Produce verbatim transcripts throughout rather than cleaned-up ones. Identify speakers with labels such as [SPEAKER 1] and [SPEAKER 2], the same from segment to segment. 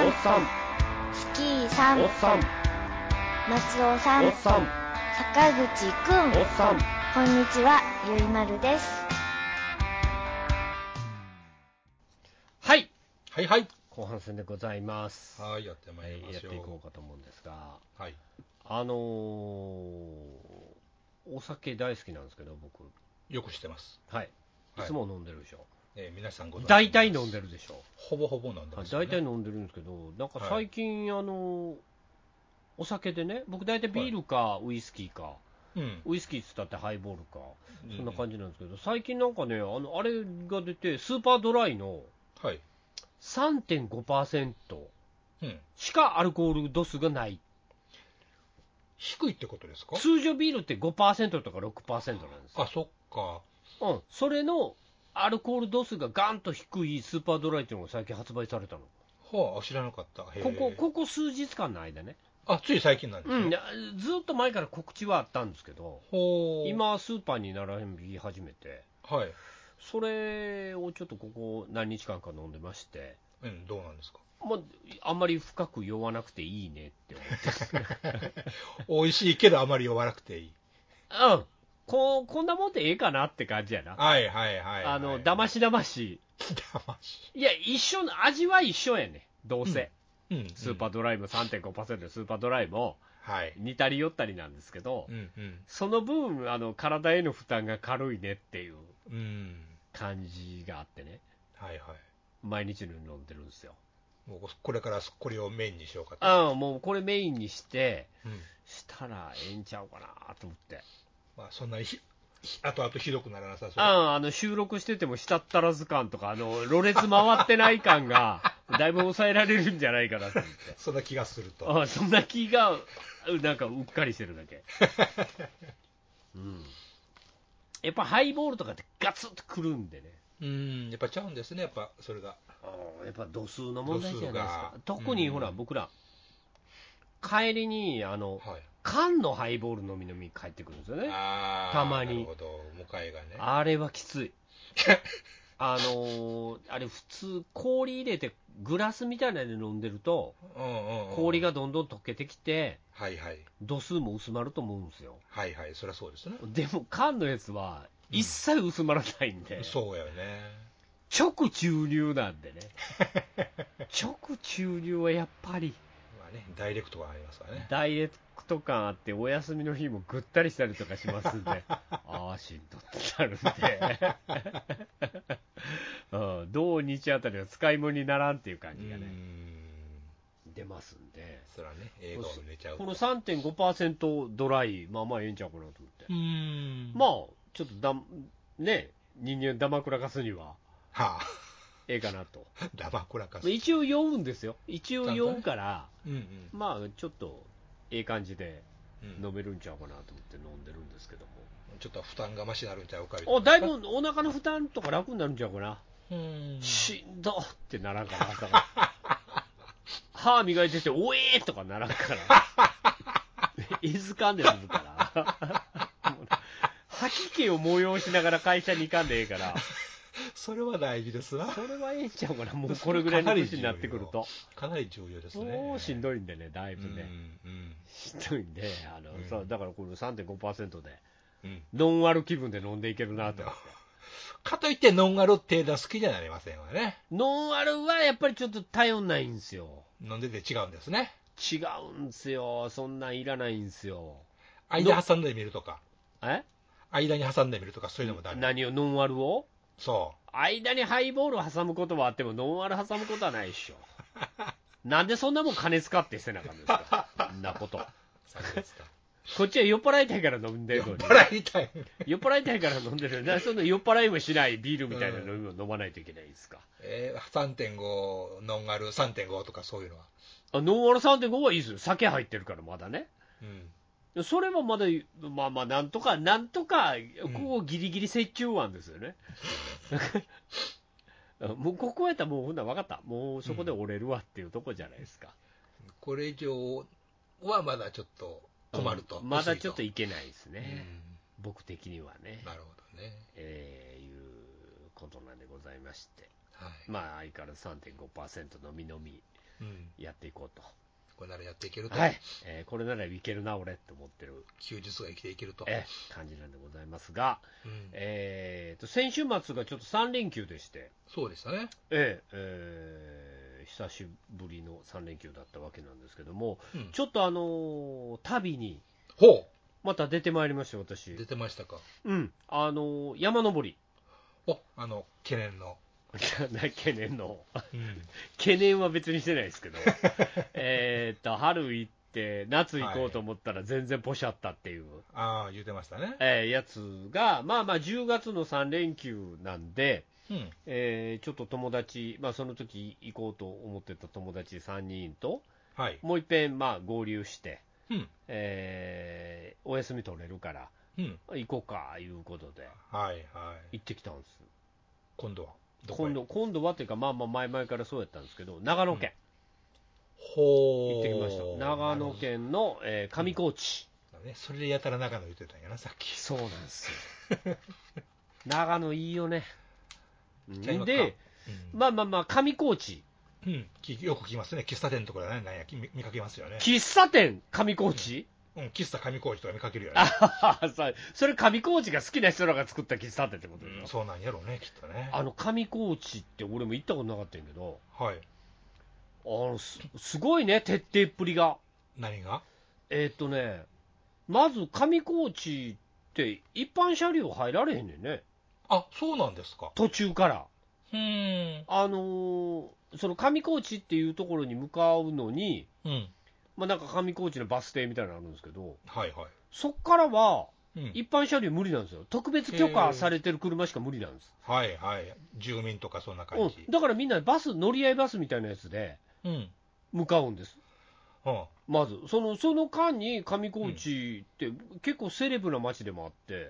[SPEAKER 1] ん、
[SPEAKER 2] おっさん、
[SPEAKER 1] スキーさん、
[SPEAKER 2] おっさん、
[SPEAKER 1] 松尾さん、
[SPEAKER 2] おっさん、
[SPEAKER 1] 坂口くん、
[SPEAKER 2] おっさん。
[SPEAKER 1] こんにちは、ゆいまるです。
[SPEAKER 2] はい、
[SPEAKER 3] はいはい。
[SPEAKER 2] 後半戦でございます。
[SPEAKER 3] はい、やってまいりま
[SPEAKER 2] やって
[SPEAKER 3] しょう。
[SPEAKER 2] いこうかと思うんですが、
[SPEAKER 3] はい。
[SPEAKER 2] あのー、お酒大好きなんですけど、僕。
[SPEAKER 3] よく知ってます。
[SPEAKER 2] はい。い
[SPEAKER 3] はい
[SPEAKER 2] つも飲んでるでしょ。
[SPEAKER 3] えー皆さんご存知
[SPEAKER 2] 大体飲んでるでしょ。
[SPEAKER 3] ほぼほぼ飲んでますよね。
[SPEAKER 2] 大体飲んでるんですけど、なんか最近、あのー、お酒でね、僕大体ビールかウイスキーか、
[SPEAKER 3] うん。
[SPEAKER 2] ウイスキーっつったってハイボールか、
[SPEAKER 3] うん
[SPEAKER 2] そんな感じなんですけど、最近なんかね、あの、あれが出て、スーパードライの
[SPEAKER 3] はい。
[SPEAKER 2] さんてんごパーセント
[SPEAKER 3] うん。
[SPEAKER 2] しかアルコール度数がない。
[SPEAKER 3] 低いってことですか？
[SPEAKER 2] 通常ビールって ごパーセント とか ろくパーセント なんですよ。
[SPEAKER 3] あ、そっか。
[SPEAKER 2] うん。それのアルコール度数がガンと低いスーパードライっていうのが最近発売されたの。
[SPEAKER 3] はあ、知らなかった。へー
[SPEAKER 2] ここ、ここ数日間の間ね。
[SPEAKER 3] あ、つい最近なんです
[SPEAKER 2] うん。
[SPEAKER 3] ね。
[SPEAKER 2] ずっと前から告知はあったんですけど、
[SPEAKER 3] ほう。
[SPEAKER 2] 今スーパーに並び始めて、
[SPEAKER 3] はい。
[SPEAKER 2] それをちょっとここ何日間か飲んでまして、
[SPEAKER 3] うん、どうなんですか？
[SPEAKER 2] まあ、あんまり深く酔わなくていいねって思って
[SPEAKER 3] 美味しいけどあまり酔わなくていい。
[SPEAKER 2] うんここんなもんでええかなって感じやな。
[SPEAKER 3] はいはいはい、はい。
[SPEAKER 2] あのだましだまし
[SPEAKER 3] だまし。
[SPEAKER 2] いや一緒の味は一緒やねどうせ、
[SPEAKER 3] うん。うん、
[SPEAKER 2] スーパードライも さんてんごパーセント でスーパードライも
[SPEAKER 3] はい。
[SPEAKER 2] 似たり寄ったりなんですけど、
[SPEAKER 3] うんうん
[SPEAKER 2] その分あの体への負担が軽いねっていう
[SPEAKER 3] うん
[SPEAKER 2] 感じがあってね、
[SPEAKER 3] はいはい。
[SPEAKER 2] 毎日のように飲んでるんですよ。
[SPEAKER 3] もうこれからこれをメインにしようかと。
[SPEAKER 2] ああもうこれメインにして
[SPEAKER 3] うん。
[SPEAKER 2] したらええんちゃうかなと思って。
[SPEAKER 3] まあそんなにひあとあとひどくならなさそう。
[SPEAKER 2] あああの収録しててもしたったらず感とかあのろれつ回ってない感がだいぶ抑えられるんじゃないかなと思って
[SPEAKER 3] そんな気がすると。
[SPEAKER 2] ああそんな気がなんかうっかりしてるだけ、うん、やっぱハイボールとかってガツッとくるんでね、
[SPEAKER 3] うん、やっぱちゃうんですね、やっぱそれが。
[SPEAKER 2] ああやっぱ度数の問題じゃないですか。特に
[SPEAKER 3] うん
[SPEAKER 2] ほら僕ら帰りにあの、
[SPEAKER 3] はい、
[SPEAKER 2] 缶のハイボール飲み飲み帰ってくるんですよね。
[SPEAKER 3] あ
[SPEAKER 2] たまに
[SPEAKER 3] なるほど、迎えがね。
[SPEAKER 2] あれはきついあのー、あれ普通氷入れてグラスみたいなので飲んでると、
[SPEAKER 3] うんうんうん、
[SPEAKER 2] 氷がどんどん溶けてきて
[SPEAKER 3] はいはい
[SPEAKER 2] 度数も薄まると思うんですよ。
[SPEAKER 3] はいはい、そりゃそうですね。
[SPEAKER 2] でも缶のやつは一切薄まらないんで、
[SPEAKER 3] うん、そうやよね。
[SPEAKER 2] 直注入なんでね直注入はやっぱり
[SPEAKER 3] まあね、ダイレクトがありますからね。
[SPEAKER 2] ダイレクト感あってお休みの日もぐったりしたりとかしますんでああしんどってなるんでうん、土日あたりは使い物にならんっていう感じがね出ますんで、
[SPEAKER 3] そらね、映画を見れちゃうと。
[SPEAKER 2] この さんてんごパーセント ドライまあまあええんちゃうかなと思って、
[SPEAKER 3] うーん
[SPEAKER 2] まあちょっとだね人間だまくらかすには
[SPEAKER 3] はあ
[SPEAKER 2] ええかなと
[SPEAKER 3] ダマくらかす。
[SPEAKER 2] 一応酔うんですよ、一応酔うから、
[SPEAKER 3] うんうん、
[SPEAKER 2] まあちょっとええ感じで
[SPEAKER 3] うん、
[SPEAKER 2] 飲めるんちゃうかなと思って飲んでるんですけども、
[SPEAKER 3] ちょっと負担がましになるんちゃうか。
[SPEAKER 2] おだいぶお腹の負担とか楽になるんちゃうかな。
[SPEAKER 3] うーん、
[SPEAKER 2] しんどってならんから朝から歯磨いてておえーとかならんからえずかんで済むから吐き気を催しながら会社に行かんでええから
[SPEAKER 3] それは大事ですな。
[SPEAKER 2] それはええんちゃうかな。もうこれぐらいの年になってくると
[SPEAKER 3] かなり重要ですね。
[SPEAKER 2] もうしんどいんでね、だいぶね、
[SPEAKER 3] うんうん、
[SPEAKER 2] しんどいんであの、
[SPEAKER 3] うん、
[SPEAKER 2] そうだからこの さんてんごパーセント で、
[SPEAKER 3] うん、
[SPEAKER 2] ノンアル気分で飲んでいけるなと思って。
[SPEAKER 3] かといってノンアルって好きじゃなりませんわね。
[SPEAKER 2] ノンアルはやっぱりちょっと頼んないんですよ。
[SPEAKER 3] 飲んでて違うんですね。
[SPEAKER 2] 違うんですよ、そんなんいらないんですよ。
[SPEAKER 3] 間挟んでみるとか、
[SPEAKER 2] え
[SPEAKER 3] 間に挟んでみるとか、そういうのもダメ。
[SPEAKER 2] 何をノンアルを
[SPEAKER 3] そう。
[SPEAKER 2] 間にハイボールを挟むことはあってもノンアル挟むことはないでしょなんでそんなもん金使ってせなあかんですかそんなこと
[SPEAKER 3] そうですか。
[SPEAKER 2] こっちは酔っ払いたいから飲んでるのに
[SPEAKER 3] 酔っ払いたい
[SPEAKER 2] 酔っ払いたいから飲んでるのに、なんでそんな酔っ払いもしないビールみたいな飲み物飲まないといけないんですか、
[SPEAKER 3] えー、さんてんご ノンアル さんてんご とかそういうのは。
[SPEAKER 2] あノンアル さんてんご はいいですよ、酒入ってるからまだね、
[SPEAKER 3] うん、
[SPEAKER 2] それはまだまあまあなんとかなんとかここギリギリ折衷案ですよね、うん、もうここやったらもうほんなら分かった、もうそこで折れるわっていうとこじゃないですか、
[SPEAKER 3] うん、これ以上はまだちょっと困ると、
[SPEAKER 2] うん、まだちょっといけないですね、
[SPEAKER 3] うん、
[SPEAKER 2] 僕的にはね。
[SPEAKER 3] なるほどね、
[SPEAKER 2] えー、いうことなんでございまして、
[SPEAKER 3] はい、
[SPEAKER 2] まあ相変わらず さんてんごパーセント のみのみ
[SPEAKER 3] うん、
[SPEAKER 2] やっていこうと。
[SPEAKER 3] これならやっていけると。
[SPEAKER 2] はい。えー、これならいけるな、俺って思ってる。
[SPEAKER 3] 休日が生きていけると。
[SPEAKER 2] えー、感じなんでございますが、
[SPEAKER 3] うん、
[SPEAKER 2] えーと、先週末がちょっとさん連休でして、
[SPEAKER 3] そうでしたね。
[SPEAKER 2] えーえー、久しぶりのさん連休だったわけなんですけども、
[SPEAKER 3] うん、
[SPEAKER 2] ちょっとあのー旅に、
[SPEAKER 3] ほ
[SPEAKER 2] また出てまいりましたよ、私。
[SPEAKER 3] う出てましたか。
[SPEAKER 2] うん。あのー山登り。
[SPEAKER 3] お、あの、懸念の。
[SPEAKER 2] 懸念の。
[SPEAKER 3] うん
[SPEAKER 2] 懸念は別にしてないですけど、えっと、春行って、夏行こうと思ったら全然ポシャったっていう、
[SPEAKER 3] ああ、言ってましたね。
[SPEAKER 2] えーやつが、まあまあじゅうがつのさん連休なんで、
[SPEAKER 3] うん。
[SPEAKER 2] えーちょっと友達、まあその時行こうと思ってた友達さんにんと、
[SPEAKER 3] はい。
[SPEAKER 2] もういっぺんまあ合流して、
[SPEAKER 3] うん。
[SPEAKER 2] えーお休み取れるから、
[SPEAKER 3] うん。
[SPEAKER 2] 行こうか、いうことで、
[SPEAKER 3] はいはい。
[SPEAKER 2] 行ってきたんです。
[SPEAKER 3] 今度はどこへ
[SPEAKER 2] 今度、今度はっていうか、まあまあ前々からそうやったんですけど、長野県。
[SPEAKER 3] ほう。
[SPEAKER 2] 行ってきました。長野県の、えー上高地、
[SPEAKER 3] うんね。それでやたら長野言ってたんやな、さっき。
[SPEAKER 2] そうなんですよ。長野いいよね。
[SPEAKER 3] ちゃいますか
[SPEAKER 2] で、
[SPEAKER 3] うん、
[SPEAKER 2] まあまあまあ、上高地、
[SPEAKER 3] うん、きよく聞きますね。喫茶店のところでね、なんや見見かけますよね。
[SPEAKER 2] 喫茶店、上高地、
[SPEAKER 3] うん、喫茶上高地とか見かけるよね。
[SPEAKER 2] あははさそれ、上高地が好きな人らが作った喫茶店ってことでしょ、
[SPEAKER 3] うん、そうなんやろうね、きっとね。
[SPEAKER 2] あの上高地って俺も行ったことなかったんやけど、
[SPEAKER 3] はい。
[SPEAKER 2] あの す, すごいね、徹底っぷりが。
[SPEAKER 3] 何が
[SPEAKER 2] えーっとね、まず上高地って一般車両入られへんねんね、
[SPEAKER 3] あ、そうなんですか。
[SPEAKER 2] 途中から。
[SPEAKER 3] うーん。
[SPEAKER 2] あのーその上高地っていうところに向かうのに、
[SPEAKER 3] うん。
[SPEAKER 2] まあ、なんか上高地のバス停みたいなのあるんですけど、
[SPEAKER 3] はいはい。
[SPEAKER 2] そっからは
[SPEAKER 3] うん。
[SPEAKER 2] 一般車両無理なんですよ、特別許可されてる車しか無理なんです、
[SPEAKER 3] はいはい。住民とかそんな感じ。
[SPEAKER 2] うん、だからみんなバス、乗り合いバスみたいなやつで
[SPEAKER 3] うん。
[SPEAKER 2] 向かうんです、
[SPEAKER 3] うん。
[SPEAKER 2] まず、そのその間に上高地って結構セレブな街でもあって、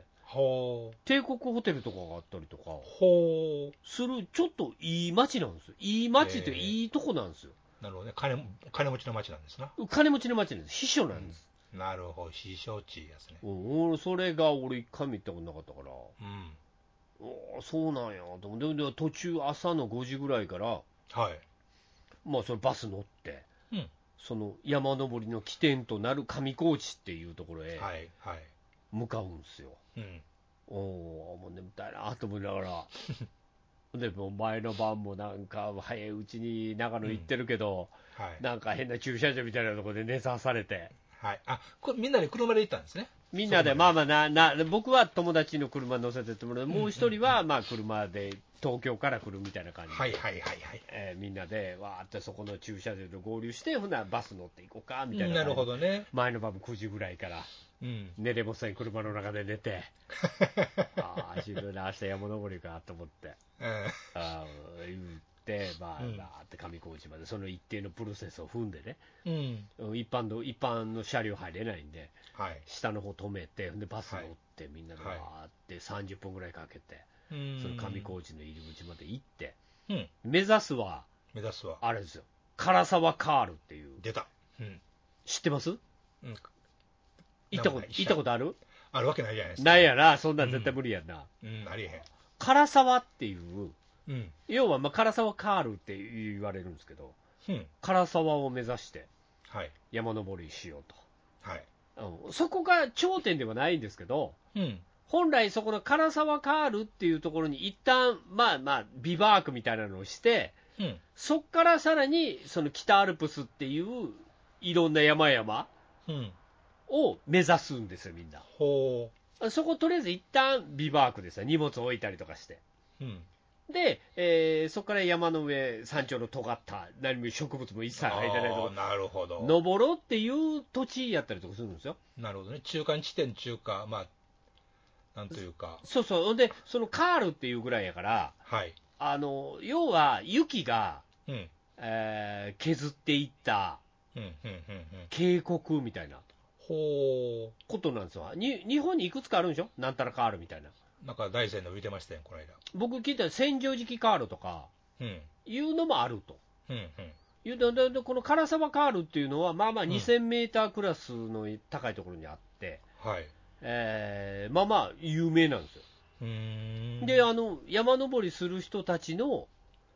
[SPEAKER 3] ほう。
[SPEAKER 2] 帝国ホテルとかがあったりとか
[SPEAKER 3] ほう。
[SPEAKER 2] する、ちょっといい街なんですよ、いい街って
[SPEAKER 3] へえ
[SPEAKER 2] いいとこなんですよ、
[SPEAKER 3] なるほどね。金も、金持ちの町なんですな。
[SPEAKER 2] 金持ちの街なんです、秘書なんです。
[SPEAKER 3] なるほど。非承知やつね。
[SPEAKER 2] うん、俺それが俺一回も行ったことなかったから、
[SPEAKER 3] うん。
[SPEAKER 2] おーそうなんやと思って、で途中朝のごじぐらいから、
[SPEAKER 3] はい。
[SPEAKER 2] まあ、そのバス乗って、
[SPEAKER 3] うん。
[SPEAKER 2] その山登りの起点となる上高地っていうところへ
[SPEAKER 3] はいはい。
[SPEAKER 2] 向かうんですよ。
[SPEAKER 3] うん。
[SPEAKER 2] おお、もう眠たいなと思いながら、でもう前の晩もなんか早いうちに長野行ってるけど、
[SPEAKER 3] はい。
[SPEAKER 2] なんか変な駐車場みたいなところで寝さされて、
[SPEAKER 3] はい。あ、これみんなで車で行ったんですね。
[SPEAKER 2] みんなで、
[SPEAKER 3] そこ
[SPEAKER 2] まあまあなな、僕は友達の車に乗せてってもらって、もう一人はまあ車で東京から来るみたいな感じで、
[SPEAKER 3] はいはいはいはい。
[SPEAKER 2] えーみんなでわーってそこの駐車場で合流して、ほなバス乗っていこうかみたいな感じで、
[SPEAKER 3] なるほどね。
[SPEAKER 2] 前の晩もくじぐらいから
[SPEAKER 3] うん。
[SPEAKER 2] 寝れもせん車の中で寝て、ああ、しんどいな、明日山登りかと思って、
[SPEAKER 3] え
[SPEAKER 2] あー言って、まあ、
[SPEAKER 3] うん
[SPEAKER 2] バーって上高地まで、その一定のプロセスを踏んでね、
[SPEAKER 3] ーうん。
[SPEAKER 2] うん一般の一般の車両入れないんで、
[SPEAKER 3] はい。
[SPEAKER 2] 下の方止めて、でバス乗っ
[SPEAKER 3] はい
[SPEAKER 2] て、みんなでわーってさんじゅっぷんぐらいかけて、
[SPEAKER 3] うん。
[SPEAKER 2] その上高地の入り口まで行って、
[SPEAKER 3] うん。
[SPEAKER 2] 目指すは、
[SPEAKER 3] 目指すは。
[SPEAKER 2] あれですよ、唐沢カールっていう、
[SPEAKER 3] 出た。うん。
[SPEAKER 2] 知ってます？
[SPEAKER 3] うん。
[SPEAKER 2] 行ったこと
[SPEAKER 3] なんか
[SPEAKER 2] 行ったことある？
[SPEAKER 3] あるわけないじゃないですか。
[SPEAKER 2] ないやな、そんなん絶対無理やんな。
[SPEAKER 3] うん、ありえへ
[SPEAKER 2] 唐沢っていう、
[SPEAKER 3] ん。うん。
[SPEAKER 2] 要はまあ唐沢カールって言われるんですけど、
[SPEAKER 3] うん。
[SPEAKER 2] 唐沢を目指して
[SPEAKER 3] はい。
[SPEAKER 2] 山登りしよう
[SPEAKER 3] はい。
[SPEAKER 2] と、うん、そこが頂点ではないんですけど、
[SPEAKER 3] うん。
[SPEAKER 2] 本来そこの唐沢カールっていうところに一旦まあまあビバークみたいなのをして、
[SPEAKER 3] うん。
[SPEAKER 2] そこからさらにその北アルプスっていういろんな山々
[SPEAKER 3] うん。
[SPEAKER 2] を目指すんですよ、みんな。
[SPEAKER 3] ほ
[SPEAKER 2] そこ、とりあえず一旦ビバークですよ、荷物を置いたりとかして。
[SPEAKER 3] う。うん。
[SPEAKER 2] で、えーそこから山の上、山頂の尖った、何も植物も一切生えてないとこ
[SPEAKER 3] あーなるほど。
[SPEAKER 2] 登ろうっていう土地やったりとかするんですよ。
[SPEAKER 3] なるほどね。中間地点中か、まあ、なんというか。
[SPEAKER 2] そうそう、ほんで、そのカールっていうぐらいやから、
[SPEAKER 3] はい。
[SPEAKER 2] あの要は雪が、
[SPEAKER 3] うん。
[SPEAKER 2] えー削っていった
[SPEAKER 3] うん。うん。うん。うん。
[SPEAKER 2] 渓谷みたいな
[SPEAKER 3] ほ
[SPEAKER 2] ことなんですよ。に日本にいくつかあるんでしょ、なんたらカールみたいな。
[SPEAKER 3] う。なんか大山の浮いてましたよ、この間。
[SPEAKER 2] 僕聞いたら千畳敷カールとか
[SPEAKER 3] うん。
[SPEAKER 2] いうのもあると。
[SPEAKER 3] うん。うん。
[SPEAKER 2] いうでででこの唐沢カールっていうのは、まあまあ
[SPEAKER 3] うん
[SPEAKER 2] にせんメータークラスの高いところにあって、
[SPEAKER 3] はい。
[SPEAKER 2] えーまあまあ有名なんですよ。
[SPEAKER 3] うーん。
[SPEAKER 2] で、あの山登りする人たちの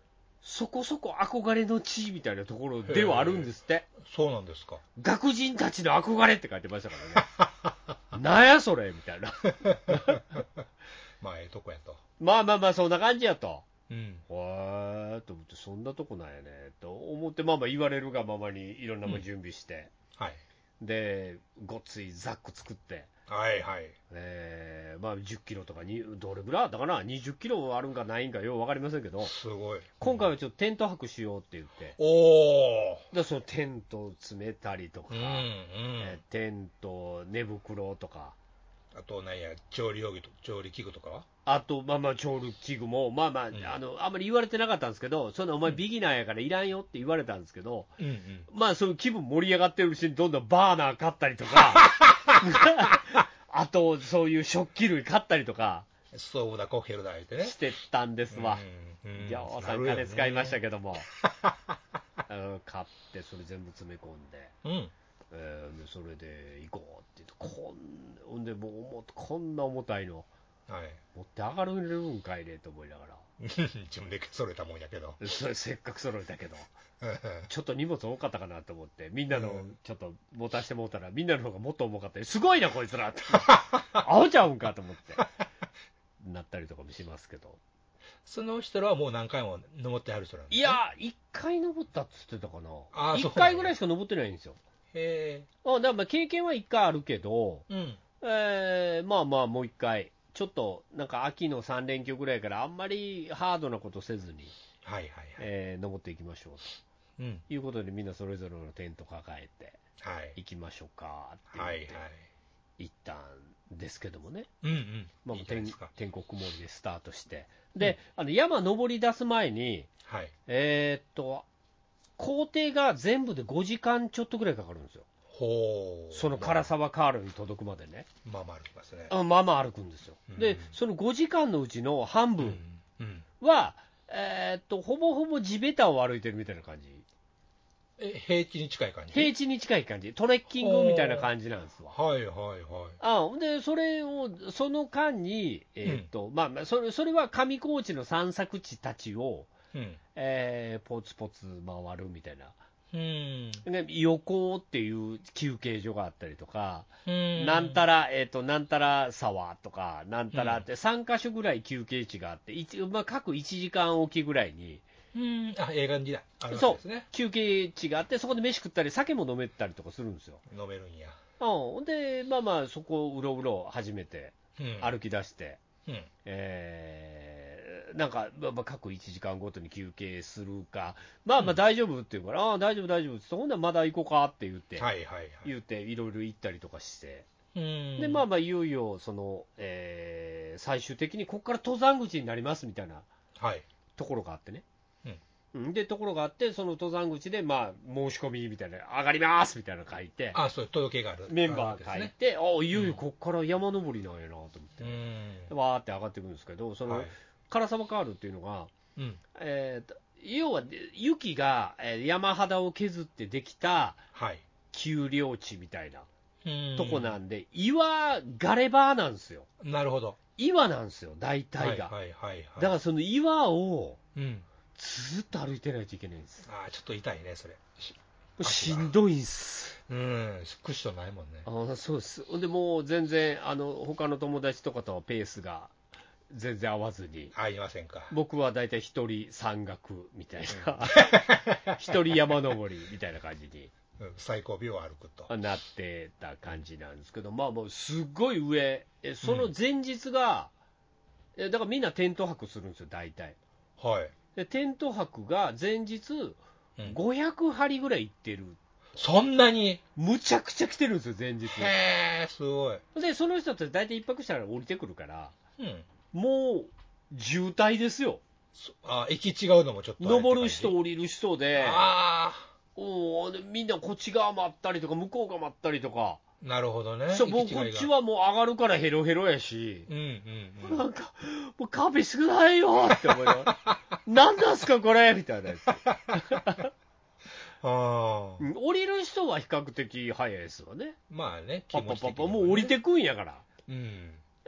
[SPEAKER 2] そこそこ憧れの地みたいなところではあるんですって。
[SPEAKER 3] そうなんですか。
[SPEAKER 2] 学人たちの憧れって書いてましたからね。なんやそれみたいな。
[SPEAKER 3] まあ、ええとこやと。
[SPEAKER 2] まあまあまあ、そんな感じやと。
[SPEAKER 3] うん。
[SPEAKER 2] へーと思って、そんなとこなんやねと思って、まあまあ言われるがままにいろんなもん準備して、
[SPEAKER 3] うん、はい。
[SPEAKER 2] で、ごっついザック作って、
[SPEAKER 3] はいはい。
[SPEAKER 2] えー、まあじゅっキロとかに、どれぐらいあったかな、にじゅっキロあるんかないんかよう分かりませんけど、
[SPEAKER 3] すごい。
[SPEAKER 2] 今回はちょっとテント泊しようって言って、
[SPEAKER 3] おー。
[SPEAKER 2] でそのテント詰めたりとか、
[SPEAKER 3] うんうん、
[SPEAKER 2] えーテント、寝袋とか、
[SPEAKER 3] あと、なんや、調理用具と、調理器具とかは
[SPEAKER 2] あと、まあまあ、調理器具も、まあまあ、
[SPEAKER 3] うん、
[SPEAKER 2] あの、あんまり言われてなかったんですけど、そんなお前
[SPEAKER 3] うん
[SPEAKER 2] ビギナーやからいらんよって言われたんですけど、
[SPEAKER 3] うんうん。
[SPEAKER 2] まあそういう気分盛り上がってるうちにどんどんバーナー買ったりとか、あとそういう食器類買ったりとか
[SPEAKER 3] ストーブだ、コッヘルだ、言ってね。
[SPEAKER 2] してたんですわ。
[SPEAKER 3] うんうん、
[SPEAKER 2] ぎょうさん金使いましたけども、うん買ってそれ全部詰め込んで、
[SPEAKER 3] うん。
[SPEAKER 2] えーでそれで行こうって言って、こんほんでもう重こんな重たいの
[SPEAKER 3] はい。
[SPEAKER 2] 持って上がるんかいねと思いながら、
[SPEAKER 3] 自分で揃えたもんやけど。
[SPEAKER 2] それせっかく揃えたけど、ちょっと荷物多かったかなと思って、みんなのちょっと持たしてもうたら、みんなの方がもっと重かったり、すごいな、こいつらって、アホちゃうんかと思って、なったりとかもしますけど、
[SPEAKER 3] その人らはもう何回も登ってはる人なんです
[SPEAKER 2] い
[SPEAKER 3] ね。
[SPEAKER 2] や、いっかい登ったっつってたかな、
[SPEAKER 3] あー
[SPEAKER 2] いっかいぐらいしか登ってないんですよ。
[SPEAKER 3] へ
[SPEAKER 2] あだからまあ経験はいっかいあるけど、
[SPEAKER 3] え。うん。
[SPEAKER 2] えーまあまあ、もういっかい、ちょっとなんか秋のさん連休ぐらいから、あんまりハードなことせずに、
[SPEAKER 3] はいはいはい。
[SPEAKER 2] えー登っていきましょうと。
[SPEAKER 3] うん。
[SPEAKER 2] いうことでみんなそれぞれのテント抱えて
[SPEAKER 3] はい。
[SPEAKER 2] 行きましょうかって言って
[SPEAKER 3] はいはい。
[SPEAKER 2] 行ったんですけどもね、
[SPEAKER 3] うんうん。
[SPEAKER 2] まあ、
[SPEAKER 3] いいじゃない
[SPEAKER 2] 天
[SPEAKER 3] ですか。
[SPEAKER 2] 天国曇りでスタートしてで、あの山登り出す前に
[SPEAKER 3] はい。
[SPEAKER 2] えーっと工程が全部でごじかんちょっとぐらいかかるんですよ、
[SPEAKER 3] ほう。
[SPEAKER 2] その唐沢カールに届くまでね、
[SPEAKER 3] まあまあ歩きますね。
[SPEAKER 2] あまあまあ歩くんですよ、
[SPEAKER 3] うん
[SPEAKER 2] でそのごじかんのうちの半
[SPEAKER 3] うん。
[SPEAKER 2] 分
[SPEAKER 3] うん。
[SPEAKER 2] は、えーっとほぼほぼ地べたを歩いてるみたいな感じ、
[SPEAKER 3] え、平地に近い感じ
[SPEAKER 2] 平地に近い感じ、トレッキングみたいな感じなんですわ。
[SPEAKER 3] はいはいはい。
[SPEAKER 2] あでそれをその間に、えーとまあまあ、それそれは上高地の散策地たちを、
[SPEAKER 3] うん。
[SPEAKER 2] えーポツポツ回るみたいな、
[SPEAKER 3] うん。
[SPEAKER 2] で横っていう休憩所があったりとか、
[SPEAKER 3] うん。
[SPEAKER 2] なんたら、えーと、なんたら沢とか、なんたらってさんかしょぐらい休憩地があって、一まあ、各いちじかんおきぐらいに、
[SPEAKER 3] うん。あ、映画にだ。あるわけ
[SPEAKER 2] そう
[SPEAKER 3] ですね。
[SPEAKER 2] 休憩地があって、そこで飯食ったり、酒も飲めたりとかするんですよ。
[SPEAKER 3] 飲めるんや。
[SPEAKER 2] うん、で、まあまあ、そこをうろうろ始めて、
[SPEAKER 3] うん。
[SPEAKER 2] 歩き出して。
[SPEAKER 3] うん。
[SPEAKER 2] えーなんか、まあ、各いちじかんごとに休憩するか、まあまあ
[SPEAKER 3] うん
[SPEAKER 2] 大丈夫って言うから、ああ、大丈夫、大丈夫って、ほんならまだ行こうかって言って、
[SPEAKER 3] はいはいはい。
[SPEAKER 2] 言って、いろいろ行ったりとかして、
[SPEAKER 3] うん。
[SPEAKER 2] で、まあまあ、いよいよ、その、えー最終的にここから登山口になりますみたいな
[SPEAKER 3] はい。
[SPEAKER 2] ところがあってね。
[SPEAKER 3] うん。
[SPEAKER 2] うんで、ところがあって、その登山口で、まあ、申し込みみたいな、上がりますみたいなの書いて、
[SPEAKER 3] あ、そう、届けがある。
[SPEAKER 2] メンバー書
[SPEAKER 3] あるわけ
[SPEAKER 2] いて、ああ、いよいよここから山登りなんやなと思って。
[SPEAKER 3] ですね。
[SPEAKER 2] でわーって上がっていくんですけど、その、
[SPEAKER 3] はい。
[SPEAKER 2] 唐沢カールっていうのが、
[SPEAKER 3] うん。
[SPEAKER 2] えーと要は雪がえー山肌を削ってできた
[SPEAKER 3] はい。
[SPEAKER 2] 丘陵地みたいな
[SPEAKER 3] うん。
[SPEAKER 2] とこなんで、岩ガレバーなんですよ、
[SPEAKER 3] なるほど。
[SPEAKER 2] 岩なんですよ、大体が。
[SPEAKER 3] はいはいはい、はい。
[SPEAKER 2] だからその岩を
[SPEAKER 3] うん。
[SPEAKER 2] ずっと歩いてないといけないんです。
[SPEAKER 3] ああ、ちょっと痛いね、それ。し
[SPEAKER 2] しんどいんす。
[SPEAKER 3] うん、クッションないもんね。
[SPEAKER 2] あそうです。でもう全然あの他の友達とかとはペースが全然合わずに、
[SPEAKER 3] ありませんか。
[SPEAKER 2] 僕は大体一人山岳みたいな、一人山登りみたいな感じに
[SPEAKER 3] うん、最後尾を歩くと。
[SPEAKER 2] なってた感じなんですけど、まあもうすっごい上、えその前日が、えだからみんなテント泊するんですよ、大体。
[SPEAKER 3] はい。
[SPEAKER 2] でテント泊が前日
[SPEAKER 3] うん
[SPEAKER 2] ごひゃくはりぐらい行ってる、
[SPEAKER 3] そんなに
[SPEAKER 2] むちゃくちゃ来てるんですよ、前日。
[SPEAKER 3] へえ、すごい。
[SPEAKER 2] で、その人って大体一泊したら降りてくるから、
[SPEAKER 3] うん。
[SPEAKER 2] もう渋滞ですよ。
[SPEAKER 3] そあ、行き違うのもちょっとあれって感じ。
[SPEAKER 2] 登る人、降りる人で、
[SPEAKER 3] あ
[SPEAKER 2] おでみんなこっち側待ったりとか、向こう側待ったりとか、
[SPEAKER 3] あ、なるほどね。
[SPEAKER 2] そう僕
[SPEAKER 3] 行き違いが
[SPEAKER 2] こっちはもう上がるからヘロヘロやし、
[SPEAKER 3] うんうんうん。
[SPEAKER 2] なんか、もう壁少ないよって思いながら、なんなんすかこれみたいなやつ。
[SPEAKER 3] ああ、
[SPEAKER 2] うん降りる人は比較的早いですわね。
[SPEAKER 3] まあね、気
[SPEAKER 2] パッパ
[SPEAKER 3] 持ち的にはね
[SPEAKER 2] パッパ、もう降りてくんやから。
[SPEAKER 3] うん。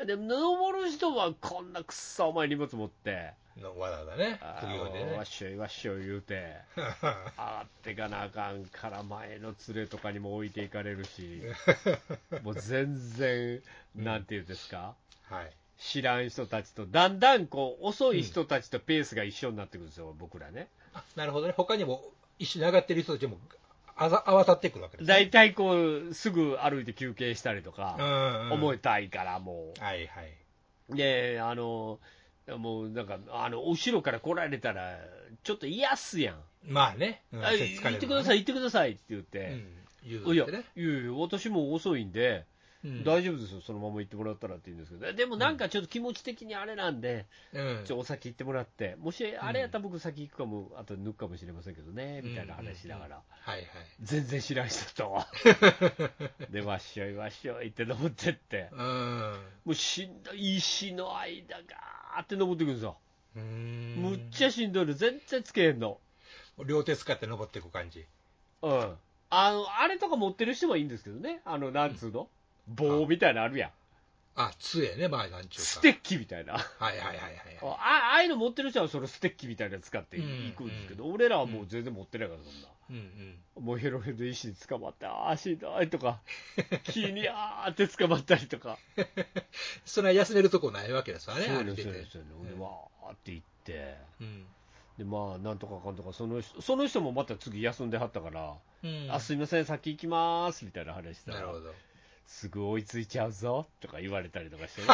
[SPEAKER 2] でも登る人はこんなくっさ重い荷物持って
[SPEAKER 3] のわざわざね、首をでね。
[SPEAKER 2] わっしょいわっしょい言うて上がってかなあかんから前の連れとかにも置いていかれるしもう全然なんていうんですか、
[SPEAKER 3] うん、はい、
[SPEAKER 2] 知らん人たちとだんだんこう遅い人たちとペースが一緒になってくるんですよ、うん、僕らね。
[SPEAKER 3] あ、なるほどね。他にも一緒に上がってる人たちもあざ合わさってくるわけですね。
[SPEAKER 2] 大体こうすぐ歩いて休憩したりとか、
[SPEAKER 3] うんうん、
[SPEAKER 2] 重たいからもう、
[SPEAKER 3] はいはい、
[SPEAKER 2] であのもうなんかあの後ろから来られたらちょっと嫌っすやん。
[SPEAKER 3] まあね、
[SPEAKER 2] うん、あ、行ってください行ってくださいって言って、うん、言うてね、いやいやいや私も遅いんで、うん、大丈夫ですよそのまま行ってもらったらって言うんですけど、でもなんかちょっと気持ち的にあれなんで、うん、ちょお先行ってもらって、もしあれやったら僕先行くかも、あと抜くかもしれませんけどね、みたいな話しながら、
[SPEAKER 3] はいはい、
[SPEAKER 2] 全然知らん人とでわっしょいわっしょいって登ってって、うん、もうしんどい石の間ガーって登ってくるんですよ。うーん、むっちゃしんどいの、全然つけへんの。
[SPEAKER 3] 両手使って登っていく感じ。
[SPEAKER 2] うん、あのあれとか持ってる人はいいんですけどね、あのなんつうの、うん、棒みたいなのあるやん。
[SPEAKER 3] あ、杖ね、まあなんちゅうか。
[SPEAKER 2] ステッキみたいな。
[SPEAKER 3] はいはいはいはい。
[SPEAKER 2] あああいうの持ってる人はそのステッキみたいなの使っていくんですけど、うんうん、俺らはもう全然持ってないから、そんな。うんうん、もうヘロヘロで石に捕まって、ああ、しんどいとか、木にあーって捕まったりとか。
[SPEAKER 3] それは休めるとこないわけですわね、
[SPEAKER 2] そうですよね。で、わーって行って、うん、で、まあ、なんとかかんとか、その人、その人もまた次休んではったから、うん、あ、すいません、先行きまーす、みたいな話したら。なるほど。すぐ追いついちゃうぞとか言われたりとかしてね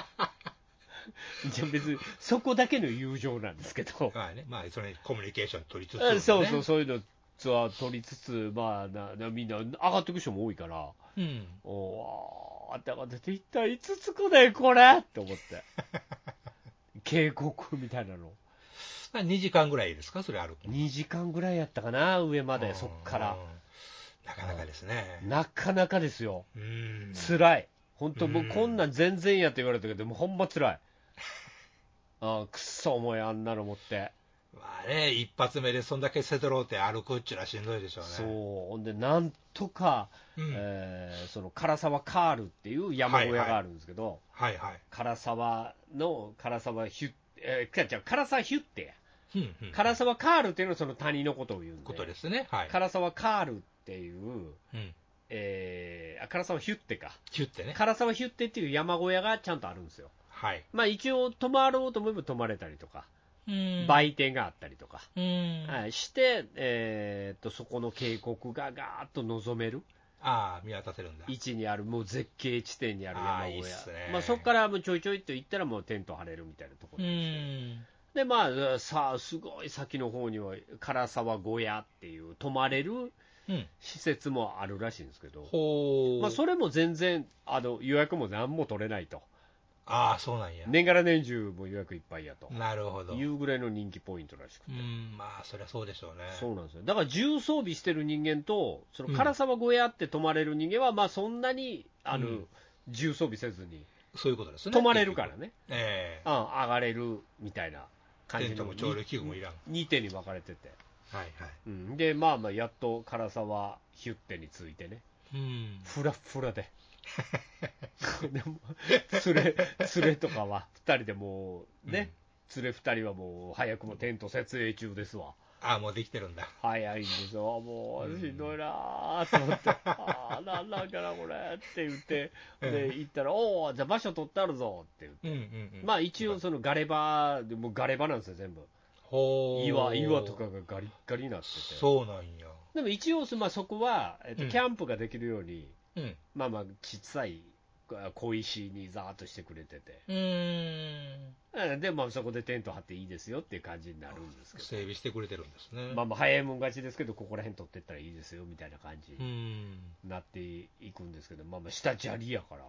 [SPEAKER 2] じゃあ別にそこだけの友情なんですけど、
[SPEAKER 3] まあね、まあそれコミュニケーション取りつつ、ね、
[SPEAKER 2] そうそう、そういうのツアー取りつつ、まあななみんな上がっていく人も多いから、うん、おーって上がってて、一体いつ着くねこれって思って渓谷みたいなの
[SPEAKER 3] にじかんぐらいですか、それ歩くの。
[SPEAKER 2] にじかんぐらいやったかな、上まで、そっから。
[SPEAKER 3] なかなかですね。
[SPEAKER 2] なかなかですよ。うん、辛い。本当もうこんなん全然やって言われたけど、もうほんま辛い。ああ、くっそ重い、あんなの持って。
[SPEAKER 3] まあね、一発目でそんだけせどろうって歩くっちゅうのはしんどいでしょうね。
[SPEAKER 2] そう。ほんで、なんとか、うん、えー、その唐沢カールっていう山小屋があるんですけど、
[SPEAKER 3] はいはい。
[SPEAKER 2] 唐沢の、唐沢ヒュッ、えー、じゃあ唐沢ヒュッテや。うんうん、唐沢カールっていうのはその谷のことを言うんで。
[SPEAKER 3] ことですね。はい。
[SPEAKER 2] 唐沢カールっていう、うん、えー、あ、唐沢ヒュッテか。
[SPEAKER 3] ヒュッテね。
[SPEAKER 2] 唐沢ヒュッテっていう山小屋がちゃんとあるんですよ。
[SPEAKER 3] はい。
[SPEAKER 2] まあ一応泊まろうと思えば泊まれたりとか、うん、売店があったりとか、うん、はい、して、えー、っとそこの渓谷がガーッと望める。
[SPEAKER 3] ああ、見渡せるんだ。
[SPEAKER 2] 位置にある、もう絶景地点にある山小屋。
[SPEAKER 3] あいいっすね。
[SPEAKER 2] まあそこからもうちょいちょいと行ったらもうテント張れるみたいなところなんですけど。うんでまあ、さあすごい先の方には唐沢小屋っていう泊まれる施設もあるらしいんですけど、うん、まあ、それも全然あの予約も何も取れないと。
[SPEAKER 3] ああ、そうなんや。
[SPEAKER 2] 年がら年中も予約いっぱいやと。
[SPEAKER 3] なるほど。
[SPEAKER 2] いうぐらいの人気ポイントらしくて。
[SPEAKER 3] うん、まあそりゃそうでしょうね。
[SPEAKER 2] そうなんですよ。だから重装備してる人間とその唐沢小屋って泊まれる人間は、まあそんなにあの、うん、重装備せずに
[SPEAKER 3] そういうことですね。
[SPEAKER 2] 泊まれるからね。
[SPEAKER 3] え
[SPEAKER 2] えー、あ上がれるみたいな。
[SPEAKER 3] テントも調理器具もいらん。
[SPEAKER 2] にてんに分かれてて、
[SPEAKER 3] はいはい、
[SPEAKER 2] うん、でまあまあやっと唐沢ヒュッテについてね、うん、フラフラででも連れ連れとかはふたりでもうね、うん、連れふたりはもう早くもテント設営中ですわ。
[SPEAKER 3] ああ、もうできてるんだ。
[SPEAKER 2] 早いんですよ。もうしんどいなーと思って、うん、ああなんなんかなこれって言って、で行ったら、おおじゃあ場所取ってあるぞって言って、うんうんうん、まあ一応そのガレ場でもうガレ場なんですよ全部。ほ岩岩とかがガリッガリになってて。
[SPEAKER 3] そうなんや。
[SPEAKER 2] でも一応、まあ、そこは、えっと、キャンプができるように、うん、まあまあ小さい小石にザーッとしてくれてて、うーんで、まあ、そこでテント張っていいですよっていう感じになるんですけど、
[SPEAKER 3] 整備してくれてるんですね。
[SPEAKER 2] まあまあ早いもん勝ちですけど、ここら辺取ってったらいいですよみたいな感じになっていくんですけど、まあまあ下砂利やから、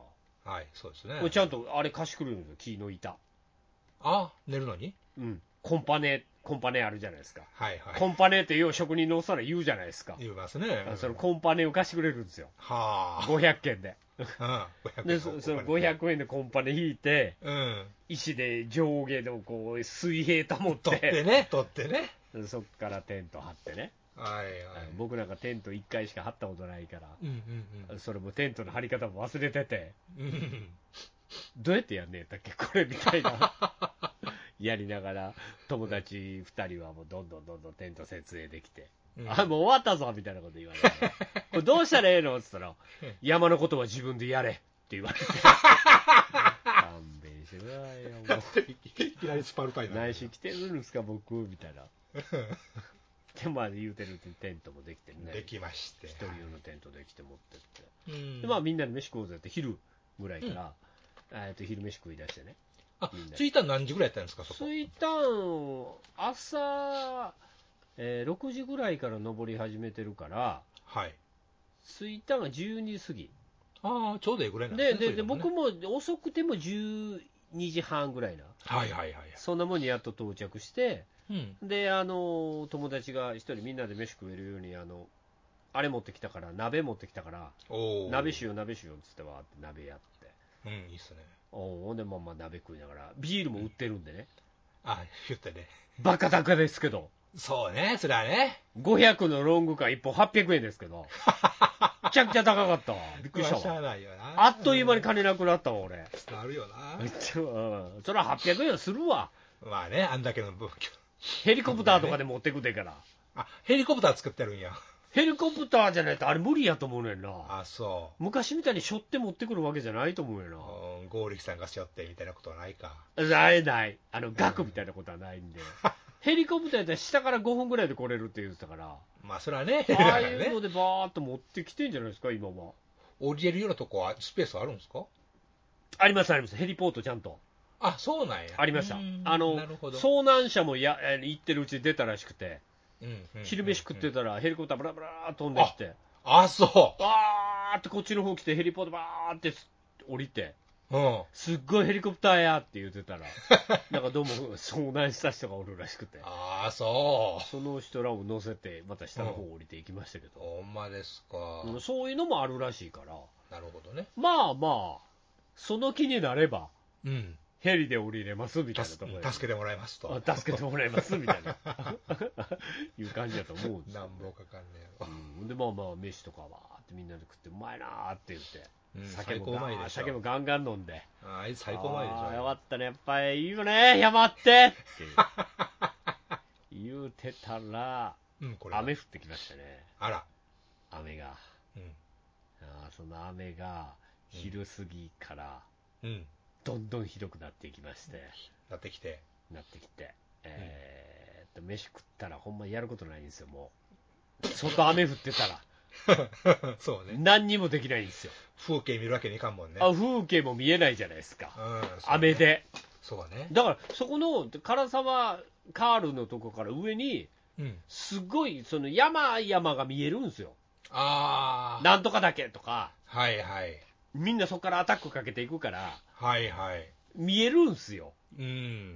[SPEAKER 3] はい、そうですね。
[SPEAKER 2] これちゃんとあれ貸してくれるんですよ、木の板。
[SPEAKER 3] あ、寝るのに？
[SPEAKER 2] うん、コンパネコンパネあるじゃないですか。
[SPEAKER 3] はいはい。
[SPEAKER 2] コンパネって要は職人のおっさんら言うじゃないですか。
[SPEAKER 3] 言いますね。
[SPEAKER 2] そのコンパネを貸してくれるんですよ。はあ。ごひゃくえんで。でそのごひゃくえんでコンパネ引いて、うん、石で上下のこう水平保って
[SPEAKER 3] 取ってね取ってね、
[SPEAKER 2] そっからテント張ってね、
[SPEAKER 3] はいはい。
[SPEAKER 2] 僕なんかテントいっかいしか張ったことないから、
[SPEAKER 3] うんうんうん。
[SPEAKER 2] それもテントの張り方も忘れてて、
[SPEAKER 3] うん
[SPEAKER 2] どうやってやんねえだっけこれみたいなやりながら、友達ふたりはもうどんどんどんどんテント設営できて、
[SPEAKER 3] うん、
[SPEAKER 2] あ、もう終わったぞみたいなこと言われて、これどうしたらええのって言ったら、山のことは自分でやれって言われて、勘弁してくださいよ、もう。
[SPEAKER 3] いきなりスパルタになる。
[SPEAKER 2] 内心来てるんですか、僕みたいな。で、まあ言うてるうちにテントもできてね。
[SPEAKER 3] できまして。
[SPEAKER 2] 一人用のテントできて持ってって。
[SPEAKER 3] うん、
[SPEAKER 2] で、まあみんなで飯食おうぜって昼ぐらいから、うん、えっと昼飯食い出してね。
[SPEAKER 3] あ、着いたの何時ぐらいやったんですか、そこ。
[SPEAKER 2] 着いたん、朝、えー、ろくじぐらいから登り始めてるから、
[SPEAKER 3] はい。
[SPEAKER 2] 着いたのがじゅうにじ過ぎ。
[SPEAKER 3] ああ、ちょうどいいぐらいなん
[SPEAKER 2] で
[SPEAKER 3] ですね。
[SPEAKER 2] でで、僕も遅くてもじゅうにじはんぐらいな。
[SPEAKER 3] はいはいはい。
[SPEAKER 2] そんなもんにやっと到着して、
[SPEAKER 3] うん、
[SPEAKER 2] で、あの、友達が一人みんなで飯食えるように、あの、あれ持ってきたから、鍋持ってきたから、
[SPEAKER 3] お
[SPEAKER 2] 鍋しよう、鍋しようっつってわーって鍋やって。
[SPEAKER 3] うん、いいっすね。
[SPEAKER 2] おほんで、まあまあ鍋食いながら、ビールも売ってるんでね。
[SPEAKER 3] うん、あ、言ってね。
[SPEAKER 2] バカ高ですけど。
[SPEAKER 3] そうね、それはね。
[SPEAKER 2] ごひゃくのロング缶いっぽんはっぴゃくえんですけど。めちゃくちゃ高かったわ。びっくりしたわ。
[SPEAKER 3] ないよな。
[SPEAKER 2] あっという間に金なくなったわ、俺。
[SPEAKER 3] なるよな。
[SPEAKER 2] うん、それははっぴゃくえんはするわ。
[SPEAKER 3] まあね、あんだけの分。
[SPEAKER 2] ヘリコプターとかで持ってくでから。
[SPEAKER 3] あ、ヘリコプター作ってるんや。
[SPEAKER 2] ヘリコプターじゃないとあれ無理やと思うねんな。
[SPEAKER 3] あ、そう。
[SPEAKER 2] 昔みたいに背負って持ってくるわけじゃないと思うよな。
[SPEAKER 3] うん、剛力さんが背負ってみたいなことはないか。
[SPEAKER 2] ないない。あの、額みたいなことはないんで。ヘリコプターやったら下からごふんぐらいで来れるって言ってたから。
[SPEAKER 3] まあ、それはね。
[SPEAKER 2] ああいうのでバーっと持ってきてんじゃないですか、今は。
[SPEAKER 3] 降りれるようなとこはスペースあるんですか？
[SPEAKER 2] ありますあります。ヘリポートちゃんと。
[SPEAKER 3] あ、そうなんや。
[SPEAKER 2] ありました。あの、
[SPEAKER 3] 遭
[SPEAKER 2] 遭難者もや行ってるうちに出たらしくて、
[SPEAKER 3] うんうんうん、
[SPEAKER 2] 昼飯食ってたらヘリコプターブラブラー飛んできて、
[SPEAKER 3] あ、あそう。
[SPEAKER 2] わーってこっちの方来てヘリポートバーって降りて、
[SPEAKER 3] うん、
[SPEAKER 2] すっごいヘリコプターやって言ってたら、なんかどうも遭難した人がおるらしくて、
[SPEAKER 3] ああ、そう。
[SPEAKER 2] その人らを乗せて、また下の方降りていきましたけど、
[SPEAKER 3] ほんまですか。
[SPEAKER 2] うん、そういうのもあるらしいから、
[SPEAKER 3] なるほどね。
[SPEAKER 2] まあまあ、その気になれば、
[SPEAKER 3] うん、
[SPEAKER 2] ヘリで降りれますみたいなところで
[SPEAKER 3] 助けてもらいますと。
[SPEAKER 2] 助けてもらいますみたいないう感じだと思うんですよ、
[SPEAKER 3] なんぼかかんねえよ、
[SPEAKER 2] うん、でまあまあ飯とかわーってみんなで食ってうまいなーって言って、
[SPEAKER 3] うん、
[SPEAKER 2] 酒も
[SPEAKER 3] 最高うまいでしょ。
[SPEAKER 2] 酒もガンガン飲んで、
[SPEAKER 3] ああいつ最高うまいでしょ。
[SPEAKER 2] あーよかったね、やっぱりいいよね山ってって言うてたら、
[SPEAKER 3] うん、これ
[SPEAKER 2] 雨降ってきましたね。
[SPEAKER 3] あら、
[SPEAKER 2] 雨が、
[SPEAKER 3] うん、
[SPEAKER 2] あその雨が昼過ぎから
[SPEAKER 3] うん、
[SPEAKER 2] どんどんひどくなっていきまして、
[SPEAKER 3] なってきて、
[SPEAKER 2] なってきて、えーっと飯食ったらほんまにやることないんですよ。もう外雨降ってたら
[SPEAKER 3] そうね、
[SPEAKER 2] 何にもできないんですよ。
[SPEAKER 3] 風景見るわけにいかんもんね。
[SPEAKER 2] あ、風景も見えないじゃないですか、
[SPEAKER 3] うん、ね、
[SPEAKER 2] 雨で。
[SPEAKER 3] そうね。
[SPEAKER 2] だからそこの唐沢カールのとこから上に
[SPEAKER 3] うん、
[SPEAKER 2] すごいその山々が見えるんですよ。
[SPEAKER 3] ああ、
[SPEAKER 2] なんとかだけとか、
[SPEAKER 3] はいはい。
[SPEAKER 2] みんなそこからアタックかけていくから
[SPEAKER 3] はいはい。
[SPEAKER 2] 見えるんすよ。
[SPEAKER 3] うん。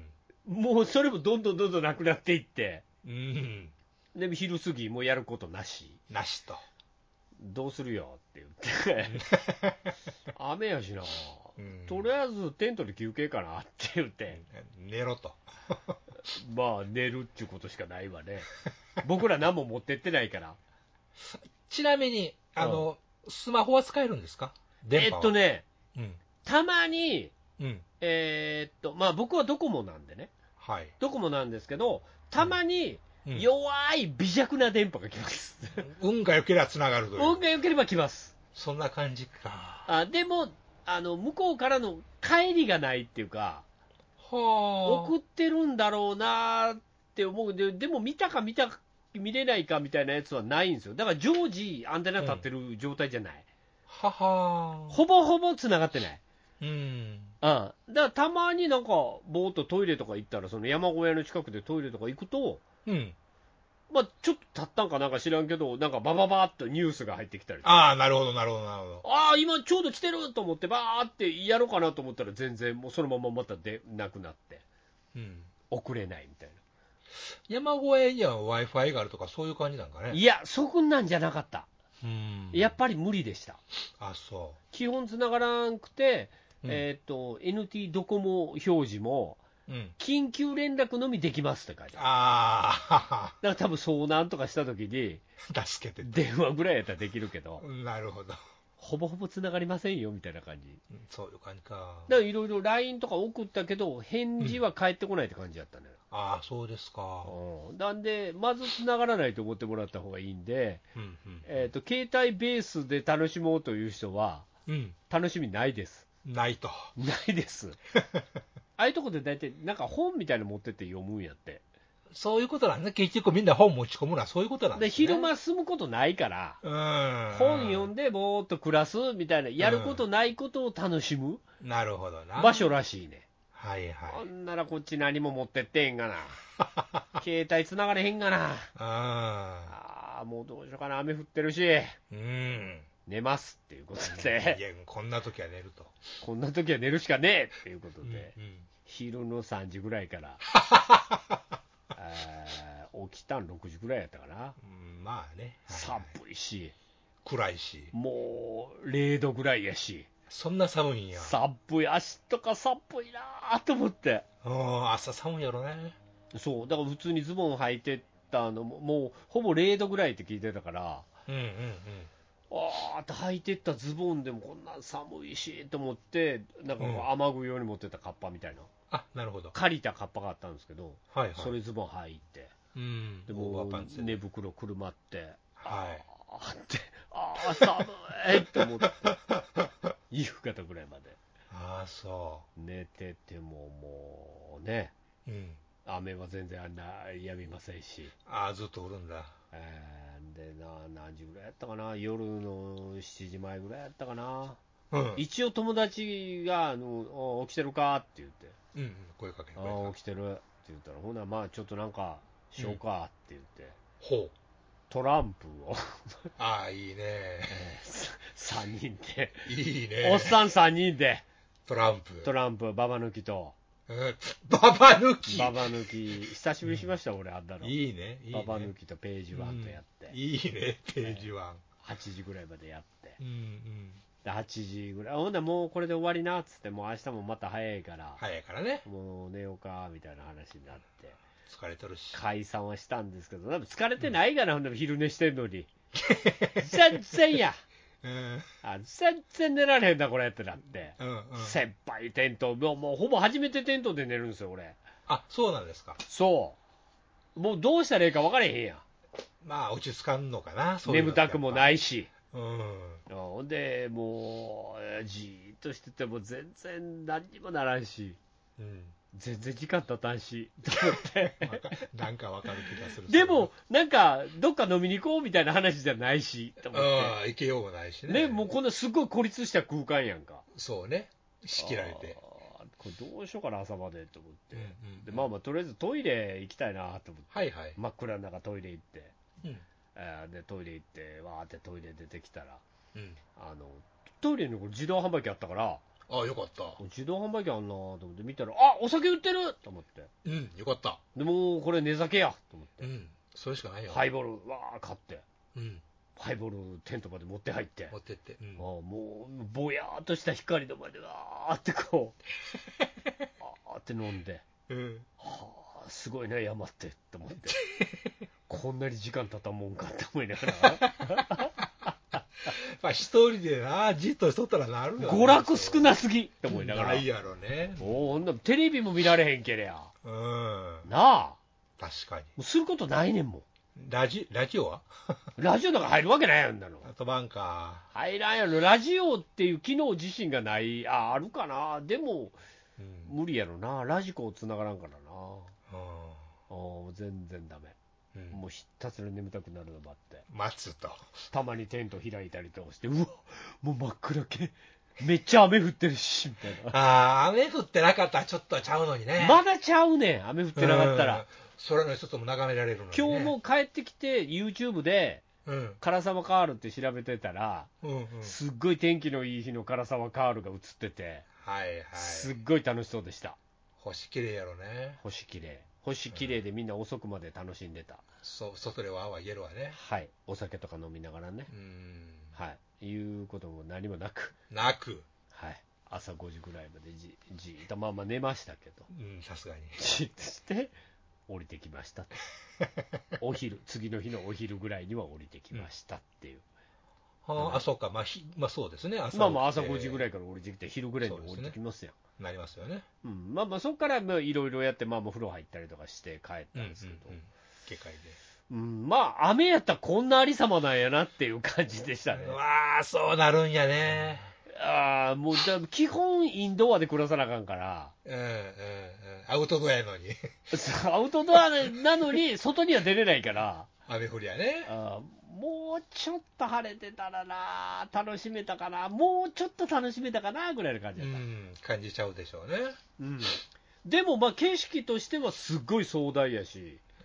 [SPEAKER 2] もうそれもどんどんどんどんなくなっていって、
[SPEAKER 3] うん。
[SPEAKER 2] で昼過ぎもうやることなし。
[SPEAKER 3] なしと。
[SPEAKER 2] どうするよって言って雨やしな、
[SPEAKER 3] うん、
[SPEAKER 2] とりあえずテントで休憩かなって言って
[SPEAKER 3] 寝ろと
[SPEAKER 2] まあ寝るっていうことしかないわね僕ら何も持ってってないから。
[SPEAKER 3] ちなみにあの、うん、スマホは使えるんですか？電波は。
[SPEAKER 2] えっとね、
[SPEAKER 3] うん、
[SPEAKER 2] たまに、
[SPEAKER 3] うん、
[SPEAKER 2] えー、っとまあ僕はドコモなんでね、
[SPEAKER 3] はい、
[SPEAKER 2] ドコモなんですけど、たまに弱い微弱な電波が来ます、
[SPEAKER 3] うん、運が良ければつながるという。
[SPEAKER 2] 運が良ければ来ます。
[SPEAKER 3] そんな感じか。
[SPEAKER 2] あでもあの向こうからの帰りがないっていうか、
[SPEAKER 3] は
[SPEAKER 2] 送ってるんだろうなって思う。ででも見たか見たか見れないかみたいなやつはないんですよ。だから常時アンテナ立ってる状態じゃない、うん、
[SPEAKER 3] はは
[SPEAKER 2] ほぼほぼ繋がってない。
[SPEAKER 3] うん、うん、
[SPEAKER 2] だからたまになんかぼーっとトイレとか行ったら、その山小屋の近くでトイレとか行くと、
[SPEAKER 3] うん、
[SPEAKER 2] まあ、ちょっと経ったんかなんか知らんけど、なんかバババーっとニュースが入ってきたり、
[SPEAKER 3] ああなるほどなるほどなるほど、
[SPEAKER 2] ああ今ちょうど来てると思ってバーってやろうかなと思ったら全然もうそのまままたでなくなって、うん、送れないみたいな。
[SPEAKER 3] 山小屋には Wi-Fi があるとかそういう感じなんかね。
[SPEAKER 2] いやそこなんじゃなかった。
[SPEAKER 3] うん、
[SPEAKER 2] やっぱり無理でした。
[SPEAKER 3] あそう。
[SPEAKER 2] 基本つながらなくて、
[SPEAKER 3] うん、
[SPEAKER 2] えー、と エヌティー ドコモ表示も、う
[SPEAKER 3] うん、
[SPEAKER 2] 緊急連絡のみできますって書いてある。
[SPEAKER 3] あ
[SPEAKER 2] だから多分遭難とかした時に
[SPEAKER 3] あ、助けて。
[SPEAKER 2] 電話ぐらいやったらできるけど、
[SPEAKER 3] なるほど。
[SPEAKER 2] ほぼほぼ繋がりませんよみたいな感じ。
[SPEAKER 3] うんそういう感じか。
[SPEAKER 2] だからいろいろ ライン とか送ったけど、返事は返ってこないって感じだったのよ。
[SPEAKER 3] ああ、そうですか。
[SPEAKER 2] うん、なんで、まず繋がらないと思ってもらった方がいいんで、
[SPEAKER 3] うんうん
[SPEAKER 2] えーと、携帯ベースで楽しもうという人は、
[SPEAKER 3] うん、
[SPEAKER 2] 楽しみないです。
[SPEAKER 3] ないと。
[SPEAKER 2] ないです。ああいうとこで大体、なんか本みたいなの持ってって読むんやって。
[SPEAKER 3] そういうことなんね。結局みんな本持ち込むのはそういうことなん
[SPEAKER 2] で
[SPEAKER 3] ですね。
[SPEAKER 2] 昼間住むことないから、
[SPEAKER 3] うん、
[SPEAKER 2] 本読んでぼーっと暮らすみたいな、やることないことを楽しむ
[SPEAKER 3] なるほどな。
[SPEAKER 2] 場所らしいね。
[SPEAKER 3] はいはい。
[SPEAKER 2] ほんならこっち何も持ってってへんがな。携帯つながれへんがな。
[SPEAKER 3] あ
[SPEAKER 2] ああ、もうどうしようかな、雨降ってるし、
[SPEAKER 3] うん。
[SPEAKER 2] 寝ますっていうこと
[SPEAKER 3] い
[SPEAKER 2] で、
[SPEAKER 3] や、こんな時は寝ると。
[SPEAKER 2] こんな時は寝るしかねえっていうことで、
[SPEAKER 3] うんうん
[SPEAKER 2] 昼のさんじぐらいから、あー起きたんろくじぐらいやったかな。
[SPEAKER 3] うんまあね。はい
[SPEAKER 2] 寒いし、
[SPEAKER 3] 暗いし。
[SPEAKER 2] もうれいどぐらいやし、
[SPEAKER 3] そんな寒いんや。
[SPEAKER 2] 寒い、明日とか寒いなと思って、
[SPEAKER 3] うん朝寒いやろね。
[SPEAKER 2] そう、だから普通にズボン履いてったのも、もうほぼれいどぐらいって聞いてたから、
[SPEAKER 3] うんうんうん。
[SPEAKER 2] あーって履いてったズボンでもこんなん寒いしと思って、なんか
[SPEAKER 3] うん
[SPEAKER 2] 雨具用に持ってたカッパみたいな、
[SPEAKER 3] あ、なるほど。
[SPEAKER 2] 借りたカッパがあったんですけど、
[SPEAKER 3] はいはい。
[SPEAKER 2] それズボン履いて、
[SPEAKER 3] うん。
[SPEAKER 2] で
[SPEAKER 3] オーバ
[SPEAKER 2] も
[SPEAKER 3] ーパンツで
[SPEAKER 2] 寝袋くるまって、
[SPEAKER 3] はい。
[SPEAKER 2] あーって、あー寒いと思って、夕方ぐらいまで
[SPEAKER 3] ああ、そ
[SPEAKER 2] 寝てても、もうね、
[SPEAKER 3] う。うん。
[SPEAKER 2] 雨は全然あんなやみませんし、
[SPEAKER 3] ああ、ずっとおるんだ。
[SPEAKER 2] えーでな、何時ぐらいやったかな、夜のしちじまえぐらいやったかな、
[SPEAKER 3] うん。
[SPEAKER 2] 一応友達があの「起きてるか?」って言って
[SPEAKER 3] うんうん。声かけ
[SPEAKER 2] 「
[SPEAKER 3] てくれた。
[SPEAKER 2] ああ起きてる」って言ったら、ほなまあちょっとなんかしようかって言って、
[SPEAKER 3] ほう。
[SPEAKER 2] トランプを
[SPEAKER 3] ああ、いいね。
[SPEAKER 2] さんにんで、
[SPEAKER 3] いいね。
[SPEAKER 2] おっさんさんにんで
[SPEAKER 3] トランプ。
[SPEAKER 2] トランプ、ババ抜きと、
[SPEAKER 3] うんババ抜き。
[SPEAKER 2] ババ抜き久しぶりにしました、俺あんなの。
[SPEAKER 3] いいね。いいね。
[SPEAKER 2] ババ抜きとページワンとやって、
[SPEAKER 3] うんいいね、ページワン。
[SPEAKER 2] はちじぐらいまでやって、
[SPEAKER 3] うんうん。
[SPEAKER 2] ではちじぐらい、ほんならもうこれで終わりなっつって、もう明日もまた早いから、
[SPEAKER 3] 早いからね。
[SPEAKER 2] もう寝ようかみたいな話になって、
[SPEAKER 3] 疲れとるし。
[SPEAKER 2] 解散はしたんですけど、多分疲れてないかな、ほんでも昼寝してんのに。全然や。
[SPEAKER 3] うん。
[SPEAKER 2] あ全然寝られへんな、これってなって。
[SPEAKER 3] うんうん。
[SPEAKER 2] 先輩テント、もうもうほぼ初めてテントで寝るんですよ、俺。
[SPEAKER 3] あ、そうなんですか。
[SPEAKER 2] そう。もうどうしたらいいか分からへんやん。
[SPEAKER 3] まあ、落ち着かんのかな。そういうの
[SPEAKER 2] 眠たくもないし。
[SPEAKER 3] うん。
[SPEAKER 2] ほんで、もう、じーっとしてても全然何にもならんし、
[SPEAKER 3] うん。
[SPEAKER 2] 全然時間経たんし、と思って。
[SPEAKER 3] わかなんかわかる気がする。
[SPEAKER 2] でも、なんか、どっか飲みに行こうみたいな話じゃないし、と思って。
[SPEAKER 3] ああ、行けようもないしね。
[SPEAKER 2] ね、もうこんなすごい孤立した空間やんか。
[SPEAKER 3] そうね。仕切られて。
[SPEAKER 2] あーこれどうしようかな、朝までと思って。
[SPEAKER 3] うんうん
[SPEAKER 2] でまあまあ、とりあえずトイレ行きたいなと思って。
[SPEAKER 3] はいはい。
[SPEAKER 2] 真っ暗の中トイレ行って。
[SPEAKER 3] うん。
[SPEAKER 2] えーで、トイレ行って、わーってトイレ出てきたら、
[SPEAKER 3] うん。
[SPEAKER 2] あの、トイレにこれ自動販売機あったから、
[SPEAKER 3] ああ、よかった。
[SPEAKER 2] 自動販売機あんなと思って見たら、あ、お酒売ってると思って。
[SPEAKER 3] うん、よかった。
[SPEAKER 2] でもうこれ寝酒やと思って。
[SPEAKER 3] うん。それしかないよ。
[SPEAKER 2] ハイボール、わー買って。
[SPEAKER 3] うん。
[SPEAKER 2] ハイボールテントまで持って入って。
[SPEAKER 3] 持ってって。うん
[SPEAKER 2] あ。もうぼやーっとした光の前でわーってこうあーって飲んで、
[SPEAKER 3] うん。
[SPEAKER 2] はあすごいね山ってと思ってこんなに時間経たんもんかって思いながら
[SPEAKER 3] まあ、一人でな、じっとしとったらなるよ、ね。
[SPEAKER 2] 娯楽少なすぎって思いながら、
[SPEAKER 3] ないやろね。
[SPEAKER 2] おおほんならテレビも見られへんけりゃ
[SPEAKER 3] うん。
[SPEAKER 2] なあ、
[SPEAKER 3] 確かに。
[SPEAKER 2] もうすることないねんもん。
[SPEAKER 3] ラジ、ラジオは
[SPEAKER 2] ラジオなんか入るわけないやんだの。
[SPEAKER 3] あとバンか。
[SPEAKER 2] 入らんやろ。ラジオっていう機能自身がない。あ、あるかな。でも、
[SPEAKER 3] うん。
[SPEAKER 2] 無理やろな。ラジコつながらんからな。
[SPEAKER 3] う
[SPEAKER 2] あー全然ダメ。
[SPEAKER 3] ん。
[SPEAKER 2] もうひたすら眠たくなるの待って。
[SPEAKER 3] 待つと。
[SPEAKER 2] たまにテント開いたりとかして、うわ、もう真っ暗け。めっちゃ雨降ってるし、みたいな。
[SPEAKER 3] ああ、雨降ってなかったらちょっとちゃうのにね。
[SPEAKER 2] まだちゃうねん。雨降ってなかった
[SPEAKER 3] うん
[SPEAKER 2] ら。。
[SPEAKER 3] 空の一つも眺められるのに、ね。
[SPEAKER 2] 今日も帰ってきて YouTube で、
[SPEAKER 3] うん。
[SPEAKER 2] 唐沢カールって調べてたら、
[SPEAKER 3] うんうん。
[SPEAKER 2] すっごい天気のいい日の唐沢カールが映ってて、
[SPEAKER 3] はいはい。
[SPEAKER 2] すっごい楽しそうでした。
[SPEAKER 3] 星綺麗やろね。
[SPEAKER 2] 星綺麗。星綺麗でみんな遅くまで楽しんでた。
[SPEAKER 3] そう、外でわーわー言えるわね。
[SPEAKER 2] はい。お酒とか飲みながらね。
[SPEAKER 3] うん。
[SPEAKER 2] はい。いうことも何もなく、
[SPEAKER 3] なく。
[SPEAKER 2] はい。 朝ごじぐらいまでじじーっとまあまあ寝ましたけど、
[SPEAKER 3] うんさすがに
[SPEAKER 2] じーっとして降りてきましたとお昼次の日のお昼ぐらいには降りてきましたっていう、
[SPEAKER 3] うん、はあ、あそうか、まあ、ひまあそうですね、朝
[SPEAKER 2] まあまあ朝
[SPEAKER 3] 起きて
[SPEAKER 2] ごじぐらいから降りてきて昼ぐらいに降りてきますやん、
[SPEAKER 3] なりますよね。
[SPEAKER 2] うん、まあまあそこからいろいろやって、まあまあ風呂入ったりとかして帰ったんですけど、
[SPEAKER 3] うんうんうん、下界で。
[SPEAKER 2] うん、まあ雨やったらこんなありさまなんやなっていう感じでしたね。
[SPEAKER 3] うわあ、そうなるんやね。
[SPEAKER 2] ああ、もうだ基本インドアで暮らさなあかんから、
[SPEAKER 3] うんうんうん、アウトドアやのに。
[SPEAKER 2] アウトドアなのに外には出れないから、
[SPEAKER 3] 雨降りやね。
[SPEAKER 2] あもうちょっと晴れてたらな、楽しめたかな、もうちょっと楽しめたかなぐらいの感じだった。
[SPEAKER 3] うん、感じちゃうでしょうね。
[SPEAKER 2] うん、でもまあ景色としてはすっごい壮大やし、
[SPEAKER 3] うん、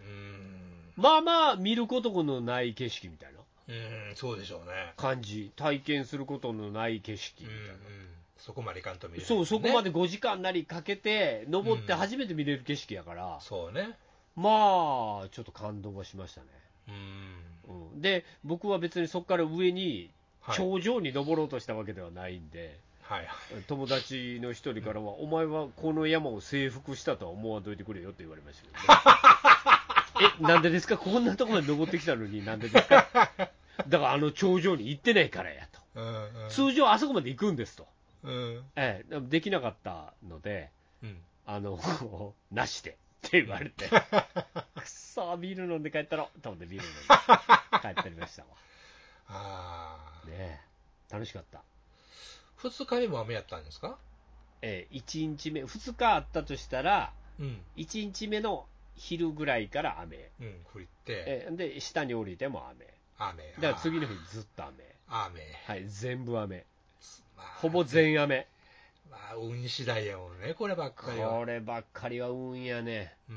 [SPEAKER 2] まあまあ見ることのない景色みたいな
[SPEAKER 3] うん、そうでしょうね。
[SPEAKER 2] 感じ、体験することのない景色みたいな、
[SPEAKER 3] うんうん、そこまでいかんと見れない、ね、
[SPEAKER 2] そう、そこまでごじかんなりかけて登って初めて見れる景色やから、
[SPEAKER 3] うん、そうね。
[SPEAKER 2] まあちょっと感動はしましたね。
[SPEAKER 3] うん、
[SPEAKER 2] うん、で僕は別にそこから上に
[SPEAKER 3] はい、
[SPEAKER 2] 頂上に登ろうとしたわけではないんで、
[SPEAKER 3] はいはい、
[SPEAKER 2] 友達の一人からは、うん、お前はこの山を征服したとは思わんといてくれよって言われましたけど、ね、えなんでですか、こんなところまで登ってきたのになんでですかだからあの頂上に行ってないからやと、
[SPEAKER 3] うんうん、通
[SPEAKER 2] 通常あそこまで行くんですと、
[SPEAKER 3] うん
[SPEAKER 2] ええ、できなかったので、
[SPEAKER 3] うん、
[SPEAKER 2] あのなしでって言われてくそビール飲んで帰ったろと思ってビール飲んで帰っておりましたわ。
[SPEAKER 3] あ
[SPEAKER 2] ねえ楽しかった。
[SPEAKER 3] ふつかめも雨やったんですか？
[SPEAKER 2] えー、いちにちめふつかあったとしたら、
[SPEAKER 3] うん、
[SPEAKER 2] いちにちめの昼ぐらいから雨、
[SPEAKER 3] うん、降って、
[SPEAKER 2] えー、で下に降りても雨、
[SPEAKER 3] 雨、
[SPEAKER 2] だから次の日ずっと雨、
[SPEAKER 3] 雨、
[SPEAKER 2] はい、全部雨、
[SPEAKER 3] まあ、
[SPEAKER 2] ほぼ全雨、
[SPEAKER 3] まあ、運次第やもんね、こればっかりは。
[SPEAKER 2] こればっかりは運やね、
[SPEAKER 3] うん、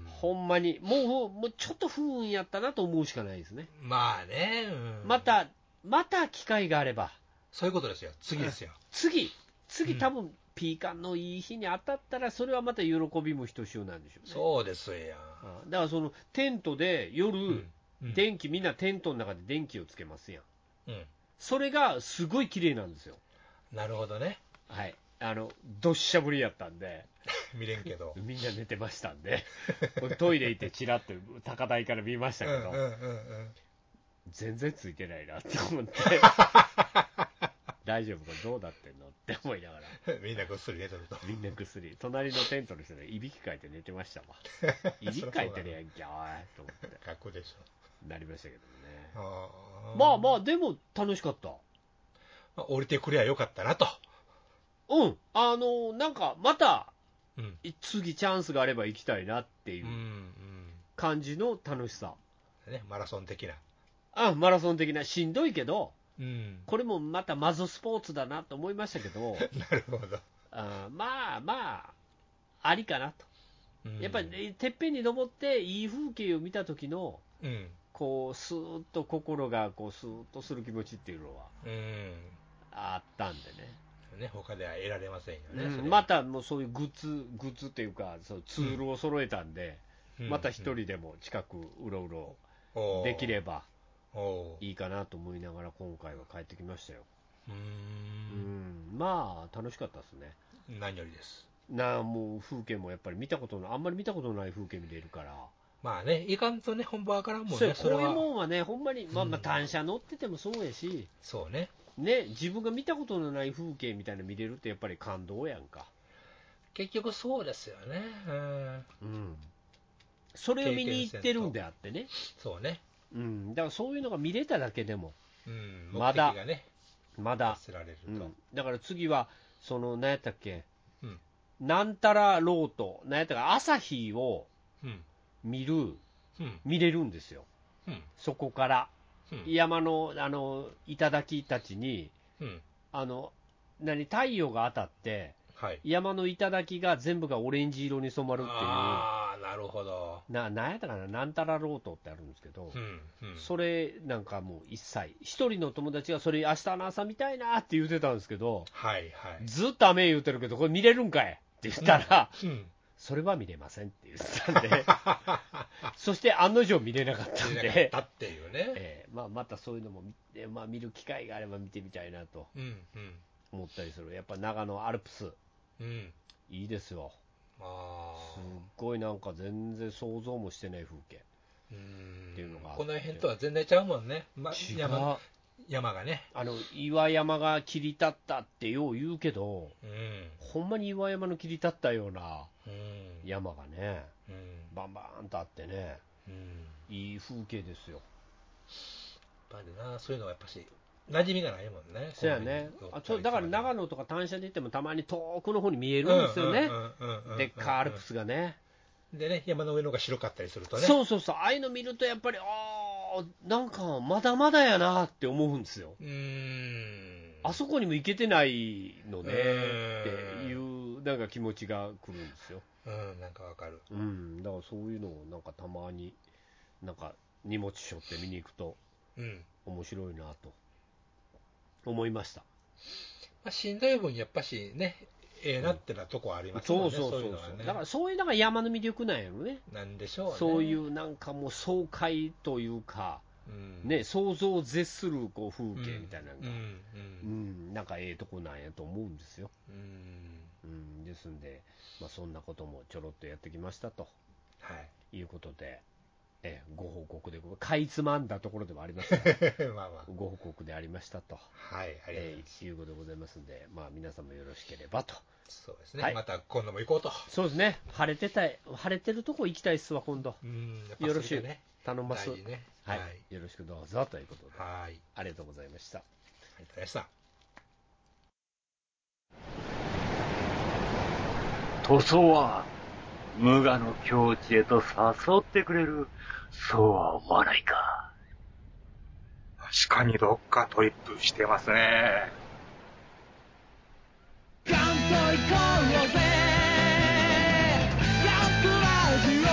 [SPEAKER 2] ほんまにもう、もうちょっと不運やったなと思うしかないですね。
[SPEAKER 3] まあね、うん、
[SPEAKER 2] また、また機会があれば、
[SPEAKER 3] そういうことですよ、次ですよ。
[SPEAKER 2] 次、次、多分、うん、ピーカンのいい日に当たったら、それはまた喜びもひとしおなんでしょうね。
[SPEAKER 3] そうですよ。
[SPEAKER 2] だからそのテントで夜、うん
[SPEAKER 3] うん、
[SPEAKER 2] 電気、みんなテントの中で電気をつけますやん。
[SPEAKER 3] うん、
[SPEAKER 2] それがすごい綺麗なんですよ。
[SPEAKER 3] なるほどね。
[SPEAKER 2] はい。あの、どっしゃぶりやったんで。
[SPEAKER 3] 見れんけど。
[SPEAKER 2] みんな寝てましたんで。トイレ行ってチラッと高台から見ましたけど、
[SPEAKER 3] うんうんうんうん、
[SPEAKER 2] 全然ついてないなって思って。大丈夫かどうなってんのって思いながら
[SPEAKER 3] みんなぐっすり寝とると。
[SPEAKER 2] みんなぐっすり隣のテントの人でいびきかいて寝てましたわいびきかいてるやんけおいと思って
[SPEAKER 3] 学校でし
[SPEAKER 2] ょなりましたけどね。
[SPEAKER 3] あ
[SPEAKER 2] まあまあでも楽しかった、
[SPEAKER 3] まあ、降りてくりゃよかったなと。
[SPEAKER 2] うんあのなんかまた、
[SPEAKER 3] うん、
[SPEAKER 2] 次チャンスがあれば行きたいなっていう感じの楽しさ、
[SPEAKER 3] うんうんね、マラソン的な
[SPEAKER 2] あマラソン的なしんどいけど、
[SPEAKER 3] うん、こ
[SPEAKER 2] れもまたマゾスポーツだなと思いましたけど
[SPEAKER 3] なるほど
[SPEAKER 2] あまあまあありかなと、うん、やっぱりてっぺんに登っていい風景を見た時の、うん、こうスーッと心がこうスーッとする気持ちっていうのは、うん、あったんでね
[SPEAKER 3] ね他では得られませんよね、
[SPEAKER 2] うん、またもうそういうグッズグッズっていうかそうツールを揃えたんで、うん、また一人でも近くうろうろできればいいかなと思いながら今回は帰ってきましたよ。うーん、うん、まあ楽しかったですね。
[SPEAKER 3] 何よりです。
[SPEAKER 2] なもう風景もやっぱり見たことのあんまり見たことのない風景見れるから、
[SPEAKER 3] まあねいかんとね本場からもね
[SPEAKER 2] そうそれはこういうもんはねほんまに、まあ、まあ単車乗っててもそうやし、うん、
[SPEAKER 3] そうね
[SPEAKER 2] ね自分が見たことのない風景みたいなの見れるってやっぱり感動やんか。
[SPEAKER 3] 結局そうですよね。うん、うん、
[SPEAKER 2] それを見に行ってるんであってね。
[SPEAKER 3] そうね。
[SPEAKER 2] うん、だからそういうのが見れただけでも、
[SPEAKER 3] うん、
[SPEAKER 2] まだ
[SPEAKER 3] 目的がね
[SPEAKER 2] まだ
[SPEAKER 3] せられると、
[SPEAKER 2] うん、だから次はその何やったっけ、
[SPEAKER 3] うん、
[SPEAKER 2] なんたらロート何やったか朝日を見る、うん、見れるんですよ、うん、そこから、うん、山のあの頂たちに、うん、あの何太陽が当たって、はい、山の頂が全部がオレンジ色に染まるっていう、
[SPEAKER 3] ああなるほど
[SPEAKER 2] な何やったかななんたらロートってあるんですけど、うんうん、それなんかもう一切一人の友達がそれ明日の朝見たいなって言ってたんですけど、はいはい、ずっと雨言うてるけどこれ見れるんかいって言ったら、うんうん、それは見れませんって言ってたんでそして案の定見れなかったんで見れなかったっていうね、えーまあ、またそういうのも見て、まあ、見る機会があれば見てみたいなと思ったりする。やっぱ長野アルプス、
[SPEAKER 3] うん、
[SPEAKER 2] いいですよ。
[SPEAKER 3] あ
[SPEAKER 2] すっごいなんか全然想像もしてない風景
[SPEAKER 3] ーうん
[SPEAKER 2] っていうのがあって、
[SPEAKER 3] この辺とは全然ちゃうもんね、ま、
[SPEAKER 2] 違う。
[SPEAKER 3] 山山がね、
[SPEAKER 2] あの岩山が切り立ったってよう言うけど、
[SPEAKER 3] うん
[SPEAKER 2] ほんまに岩山の切り立ったような
[SPEAKER 3] うん
[SPEAKER 2] 山がね、
[SPEAKER 3] うん
[SPEAKER 2] バンバーンとあってね、
[SPEAKER 3] うん、
[SPEAKER 2] いい風景ですよ。
[SPEAKER 3] やっぱりな、そういうのはやっぱし馴染みがないもんね。
[SPEAKER 2] そうやね。あそうだから長野とか単車で行ってもたまに遠くの方に見えるんですよね。でっかいアルプスがね。
[SPEAKER 3] でね、山の上の方が白かったりするとね。
[SPEAKER 2] そうそうそう、ああいうの見るとやっぱり、ああ、なんかまだまだやなって思うんですよ。
[SPEAKER 3] うーん。
[SPEAKER 2] あそこにも行けてないのねって
[SPEAKER 3] う
[SPEAKER 2] いうなんか気持ちがくるんですよ。
[SPEAKER 3] うん、なんかわかる。
[SPEAKER 2] うん、だからそういうのをなんかたまになんか荷物背負って見に行くと
[SPEAKER 3] うん。
[SPEAKER 2] 面白いなと思いました。
[SPEAKER 3] まあ、しんどい分やっぱしね、ええなってなとこありますもんね。
[SPEAKER 2] そうそうそうそう、
[SPEAKER 3] いうのはね。
[SPEAKER 2] だからそういうのが山の魅力なんやろね。
[SPEAKER 3] なんでしょうね。
[SPEAKER 2] そういうなんかもう爽快というか、
[SPEAKER 3] うん、
[SPEAKER 2] ね、想像を絶するこう風景みたいなのが、
[SPEAKER 3] うん、う
[SPEAKER 2] うんん、なんかええとこなんやと思うんですよ。
[SPEAKER 3] うん、
[SPEAKER 2] うん、ですんで、まあ、そんなこともちょろっとやってきましたと
[SPEAKER 3] はい。
[SPEAKER 2] いうことで、えご報告で、かいつまんだところではありますが、
[SPEAKER 3] まあまあ。
[SPEAKER 2] ご報告でありましたと、
[SPEAKER 3] はい、ありがとうござい
[SPEAKER 2] え
[SPEAKER 3] ます。
[SPEAKER 2] ーいうことでございますんで、まあ、皆さんもよろしければと。
[SPEAKER 3] そうですね、
[SPEAKER 2] はい、
[SPEAKER 3] また今度も行こうと。
[SPEAKER 2] そうですね、晴れてたい、晴れてるとこ行きたいっすわ、今度。
[SPEAKER 3] うん、やっぱ
[SPEAKER 2] よろしゅう、
[SPEAKER 3] それがね、
[SPEAKER 2] 頼ます。
[SPEAKER 3] 大事ね。
[SPEAKER 2] はい、
[SPEAKER 3] はい。
[SPEAKER 2] よろしくどうぞということで、
[SPEAKER 3] はい。
[SPEAKER 2] ありがとうございました。
[SPEAKER 3] ありがとうございました。
[SPEAKER 4] 塗装は無我の境地へと誘ってくれる、そうは思わないか。
[SPEAKER 5] 確かにどっかトリップしてますね。
[SPEAKER 6] ガンと行こうぜガンプラジ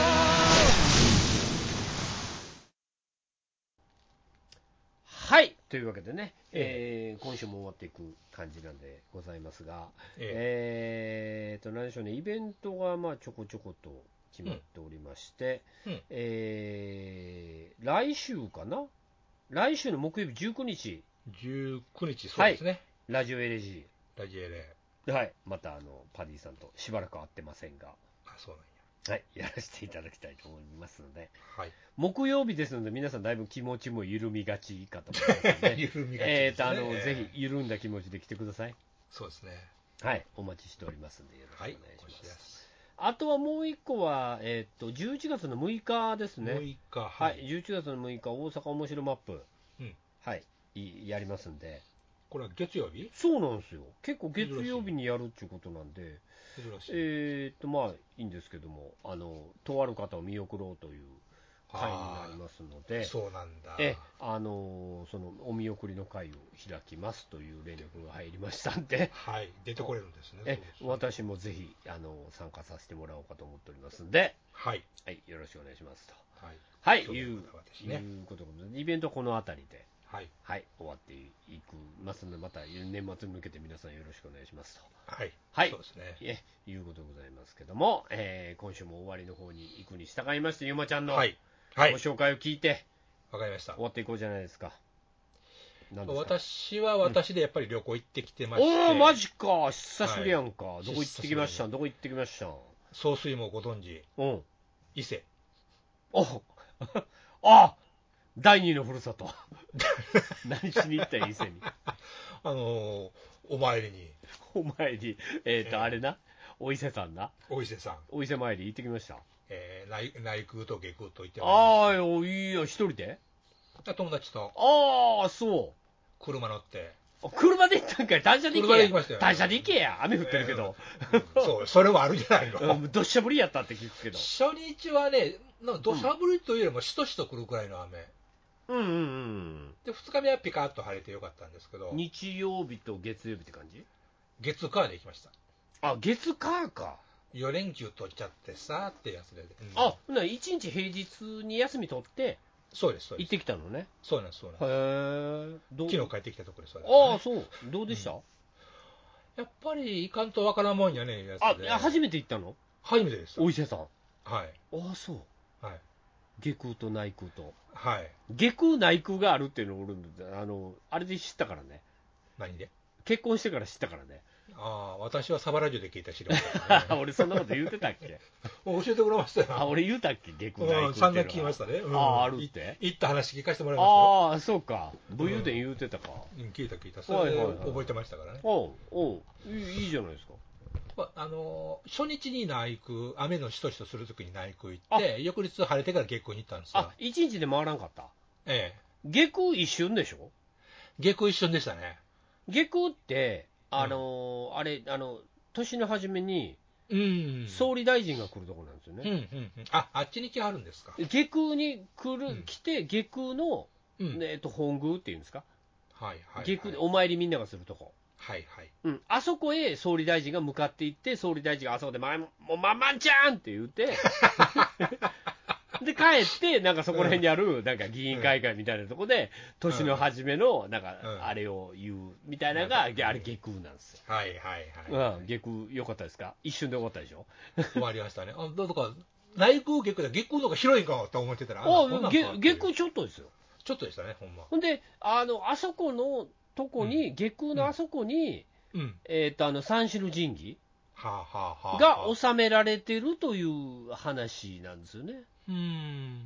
[SPEAKER 6] オ。
[SPEAKER 2] はい、というわけでね、えー今週も終わっていく感じなんでございますが、え
[SPEAKER 3] え
[SPEAKER 2] ーと、何でしょうね、イベントがまあちょこちょこと決まっておりまして、
[SPEAKER 3] うんうん
[SPEAKER 2] えー来週かな、来週の木曜日じゅうくにち、
[SPEAKER 3] じゅうくにち、そうですね。
[SPEAKER 2] ラジオ エルジ
[SPEAKER 3] ラジエレ。
[SPEAKER 2] ー、はい、またあのパディさんとしばらく会ってませんが、
[SPEAKER 3] あ、そうなんや。
[SPEAKER 2] はい、やらせていただきたいと思いますので、
[SPEAKER 3] はい。
[SPEAKER 2] 木曜日ですので、皆さんだいぶ気持ちも緩みがちかと思いますので、
[SPEAKER 3] 緩みがちですね。
[SPEAKER 2] えーとあのぜひ緩んだ気持ちで来てください。
[SPEAKER 3] そうですね。
[SPEAKER 2] はい、お待ちしておりますのでよろしくお
[SPEAKER 3] はい。
[SPEAKER 2] 願いします。
[SPEAKER 3] お願いします
[SPEAKER 2] あとはもう一個は、えー、とじゅういちがつのむいかですね。
[SPEAKER 3] むいか、
[SPEAKER 2] は、
[SPEAKER 3] はいい。
[SPEAKER 2] じゅういちがつのむいか、大阪おもしろマップ、
[SPEAKER 3] うん。
[SPEAKER 2] はい、いやりますんで。
[SPEAKER 3] これは月曜日？
[SPEAKER 2] そうなんですよ。結構月曜日にやるっていうことなんで、
[SPEAKER 3] 珍しい。
[SPEAKER 2] えーとまあいいんですけども、あのとある方を見送ろうという会になりますので、
[SPEAKER 3] そうなんだ。
[SPEAKER 2] えあのそのお見送りの会を開きますという連絡が入りましたんで、
[SPEAKER 3] はい。出てこれるんですね。
[SPEAKER 2] え
[SPEAKER 3] そうそう
[SPEAKER 2] 私もぜひあの参加させてもらおうかと思っておりますんで、
[SPEAKER 3] はい。
[SPEAKER 2] はい、よろしくお願いしますと。
[SPEAKER 3] はい。
[SPEAKER 2] はい、
[SPEAKER 3] そう
[SPEAKER 2] いう
[SPEAKER 3] ことですね
[SPEAKER 2] いうことで、イベントはこの辺りで、
[SPEAKER 3] はい。
[SPEAKER 2] はい、終わっていきますので、また年末に向けて皆さんよろしくお願いしますと。
[SPEAKER 3] はい。
[SPEAKER 2] はい、
[SPEAKER 3] そうですね。
[SPEAKER 2] えいうことでございますけども、えー今週も終わりの方に行くに従いまして、ゆまちゃんのご
[SPEAKER 3] はい。はい。
[SPEAKER 2] 紹介を聞いて
[SPEAKER 3] わかりました
[SPEAKER 2] 終。わっていこうじゃないですか。何ですか？
[SPEAKER 3] 私は私でやっぱり旅行行ってきてまして。
[SPEAKER 2] おー、マジか、久しぶりやんか。
[SPEAKER 3] はい
[SPEAKER 2] どこ行ってきましたんどこ行ってきましたん
[SPEAKER 3] 総水もご存知、
[SPEAKER 2] うん。
[SPEAKER 3] 伊勢。
[SPEAKER 2] おあ第二のふるさと。何しに行ったん伊勢に。
[SPEAKER 3] あのー、お参りに、
[SPEAKER 2] お前に、えっ、ー、と、
[SPEAKER 3] えー
[SPEAKER 2] あれな、お伊勢さんな、
[SPEAKER 3] お伊勢さん、
[SPEAKER 2] お伊勢参り行ってきました。
[SPEAKER 3] えー、内内空と下空と行ってま
[SPEAKER 2] ああ、いいよ、一人で
[SPEAKER 3] す。友達と
[SPEAKER 2] ああ、そう。
[SPEAKER 3] 車乗って、
[SPEAKER 2] あ車で行ったんかい、単車で行けや。
[SPEAKER 3] 車で行きましたよ
[SPEAKER 2] 単車で行けや。雨降ってるけど。
[SPEAKER 3] うんそう、それもあるじゃないの。
[SPEAKER 2] うんどっしゃ降りやったって聞くけど。
[SPEAKER 3] 初日はね、なんか土砂降りというよりもしとしと来るくらいの雨。
[SPEAKER 2] うんうんうん。
[SPEAKER 3] で、ふつかめはピカッと晴れてよかったんですけど、
[SPEAKER 2] 日曜日と月曜日って感じ？
[SPEAKER 3] 月火で行きました。
[SPEAKER 2] あ、月火か。
[SPEAKER 3] よ連休取っちゃってさーってやつで。うん
[SPEAKER 2] あ、ほな一日平日に休み取って
[SPEAKER 3] そうです、そうです。
[SPEAKER 2] 行ってきたのね。
[SPEAKER 3] そうなんです、そうなん
[SPEAKER 2] へ
[SPEAKER 3] です。
[SPEAKER 2] え。どう
[SPEAKER 3] 昨日帰ってきたところです、それね
[SPEAKER 2] ああ、そう。どうでした？
[SPEAKER 3] やっぱり行かんとわからんもんやねやつ
[SPEAKER 2] あ、
[SPEAKER 3] で。
[SPEAKER 2] いや初めて行ったの？
[SPEAKER 3] 初めてです。
[SPEAKER 2] お伊勢さん。
[SPEAKER 3] はい。
[SPEAKER 2] ああ、そう。
[SPEAKER 3] はい。
[SPEAKER 2] 下空と内空と。
[SPEAKER 3] はい。
[SPEAKER 2] 下空内空があるっていうのを俺、あの、あれで知ったからね。
[SPEAKER 3] 何で
[SPEAKER 2] 結婚してから知ったからね。
[SPEAKER 3] ああ、私はサバラジオで聞いた知りましたね。
[SPEAKER 2] 俺そんなこと言うてたっけ
[SPEAKER 3] 教えてくれましたよ。
[SPEAKER 2] あ、俺言うたっけ下空内
[SPEAKER 3] うん、散々聞きましたね。うん、
[SPEAKER 2] あ、あるって。
[SPEAKER 3] 行った話聞かせてもらいましたよ。
[SPEAKER 2] ああ、そうか。武勇伝言うてたか。
[SPEAKER 3] うん、聞いた聞いた。それで覚えてましたからね。
[SPEAKER 2] おうおういい、いいじゃないですか。
[SPEAKER 3] まあのー、初日に内空、雨のしとしとするときに内空行って、翌日晴れてから下空に行ったんですよ。
[SPEAKER 2] あ、一日で回らんかった。
[SPEAKER 3] ええ。
[SPEAKER 2] 下空一瞬でしょ。
[SPEAKER 3] 下空一瞬でしたね。
[SPEAKER 2] 下空って、あのーうん、あれ、あの、年の初めに、うん、総理大臣が来るところなんですよね。
[SPEAKER 3] うんうんうん、あ、あっちに来はるんですか。
[SPEAKER 2] 下空に来る、うん、来て、下空の、
[SPEAKER 3] うん、
[SPEAKER 2] えっと、本宮っていうんですか。
[SPEAKER 3] はいはい、はい。
[SPEAKER 2] 下空でお参りみんながするとこ。
[SPEAKER 3] はいはい。
[SPEAKER 2] うん、あそこへ総理大臣が向かっていって、総理大臣があそこで、ま、もうまんまんちゃんって言って、で、帰って、なんかそこら辺にある、なんか議員会館みたいなとこで、年の初めの、なんか、あれを言うみたいなのが、あれ下空なんですよ。
[SPEAKER 3] はいはいはい。
[SPEAKER 2] うん、下空良かったですか？一瞬で終わったでしょ？
[SPEAKER 3] 終わりましたね。あ、どうか、内空下空で下空の方が広いかと思ってたら、
[SPEAKER 2] あ、下空ちょっとですよ。
[SPEAKER 3] ちょっとでしたね、ほんま。
[SPEAKER 2] ほんで、あの、あそこのとこに、下空のあそこに、
[SPEAKER 3] うん、
[SPEAKER 2] えっと、あの、三種の神器
[SPEAKER 3] はあはあはあ、
[SPEAKER 2] が収められてるという話なんですよね。
[SPEAKER 3] うん。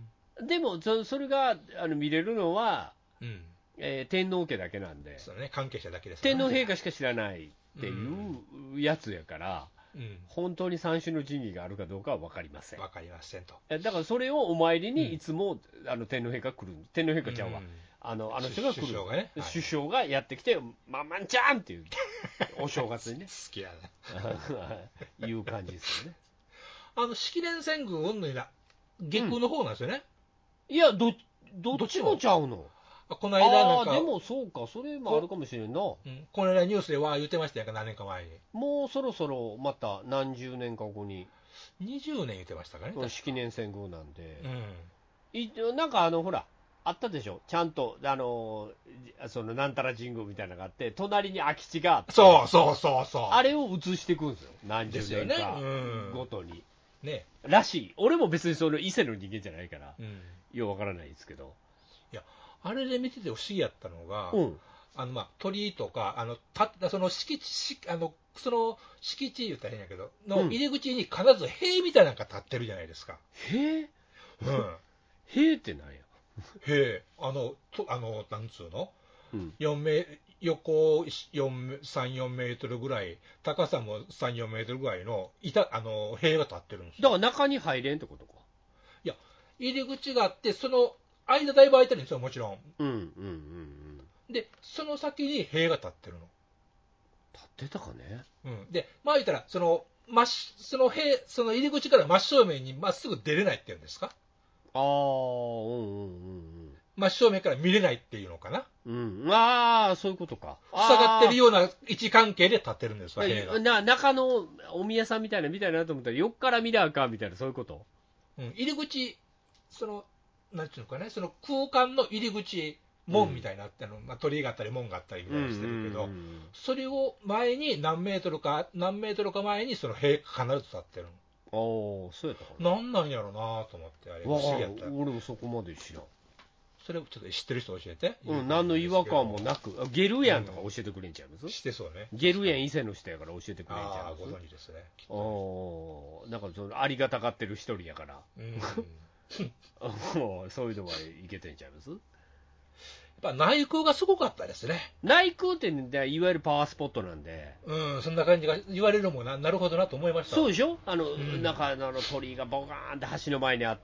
[SPEAKER 2] でもそ、それがあの見れるのは、
[SPEAKER 3] うん
[SPEAKER 2] えー、天皇家だけなんで、
[SPEAKER 3] そうね、関係者だけです、ね、
[SPEAKER 2] 天皇陛下しか知らないっていうやつやから、うん、本当に三種の神器があるかどうかは分かりません。
[SPEAKER 3] 分かりませんと。
[SPEAKER 2] だからそれをお参りにいつも、うん、あの天皇陛下来る、天皇陛下ちゃうわ、うん、あのあの人が来る、
[SPEAKER 3] 首相がね、
[SPEAKER 2] はい、首相がやってきて、まんまんちゃんっていう、お正月にね、
[SPEAKER 3] 好きや
[SPEAKER 2] な、いう感じですよね。
[SPEAKER 3] あの式年遷宮うんぬんな下空の方なんですよね。
[SPEAKER 2] うん、いやど、どっちもちゃうの。
[SPEAKER 3] この間なんか、
[SPEAKER 2] あでもそうか、それもあるかもしれんな。
[SPEAKER 3] こ,、うん、この間ニュースでは言ってましたやんか、何年か前に。
[SPEAKER 2] もうそろそろまた何十年か後に。
[SPEAKER 3] にじゅうねん言ってましたかね。
[SPEAKER 2] 式年遷宮なんで。
[SPEAKER 3] うん、
[SPEAKER 2] いなんかあの、ほら、あったでしょ、ちゃんと、あのそのなんたら神宮みたいなのがあって、隣に空き地があって、
[SPEAKER 3] そうそうそうそう。
[SPEAKER 2] あれを移していくんですよ、何十年かごとに。ね、らしい。俺も別にその伊勢の人間じゃないから、うん、ようわからないですけど。
[SPEAKER 3] いや、あれで見てて不思議やったのが、
[SPEAKER 2] うん、
[SPEAKER 3] あのまあ鳥居とか、あのたその敷地、あのその敷地言ったら変やけど、の入り口に必ず塀みたいなのが立ってるじゃないですか。
[SPEAKER 2] 塀？
[SPEAKER 3] うん。
[SPEAKER 2] 塀って何や？
[SPEAKER 3] 塀、あの、とあのなんつうの、
[SPEAKER 2] うん、
[SPEAKER 3] よんメ横さん、よんメートルぐらい、高さもさん、よんメートルぐらいの板あの塀が立ってるんですよ。
[SPEAKER 2] だから中に入れんってことか。
[SPEAKER 3] いや、入り口があって、その間だいぶ空いてるんですよ、もちろん。
[SPEAKER 2] うんうんうんうん。
[SPEAKER 3] で、その先に塀が立ってるの。
[SPEAKER 2] 立ってたかね。
[SPEAKER 3] うん。で、まあ言ったら、その、真その塀、その入り口から真正面にまっすぐ出れないっていうんですか。
[SPEAKER 2] ああ、うんうんうんうん。
[SPEAKER 3] 真正面から見れないっていうのかな。
[SPEAKER 2] うん。ああ、そういうことか。
[SPEAKER 3] 塞がってるような位置関係で立ってるんですわ、塀が。
[SPEAKER 2] な中のお宮さんみたいなみたいなと思ったら、横から見りゃあかんみたいな、そういうこと。
[SPEAKER 3] うん。入り口、その、なんていうのかね、その空間の入り口、門みたいになってるの、うん、まあ、鳥居があったり門があったりみたいにしてるけど、うんうんうん、それを前に何メートルか、何メートルか前にその塀が必ず立ってる
[SPEAKER 2] の。ああ、そうやったかな。
[SPEAKER 3] なんなんやろうなと思って、あれ、不思議やった。
[SPEAKER 2] 俺もそこまで知らん。
[SPEAKER 3] それをちょっと知ってる人教えて。
[SPEAKER 2] うん、何の違和感もなく、ゲルヤンとか教えてくれんちゃいます？
[SPEAKER 3] うん、してそうね。
[SPEAKER 2] ゲルヤン伊勢の人やから教えてくれんちゃいます？
[SPEAKER 3] ああ、ご存知ですね。
[SPEAKER 2] おなんかそのありがたがってる一人やから。うん。そういうのはいけてんちゃいます？やっ
[SPEAKER 3] ぱ内空がすごかったですね。
[SPEAKER 2] 内空って、ね、いわゆるパワースポットなんで、
[SPEAKER 3] うん、そんな感じが言われるのも な, なるほどなと思いました。
[SPEAKER 2] そうでしょ、あの、うん、中あの鳥居がボカーンって橋の前にあって、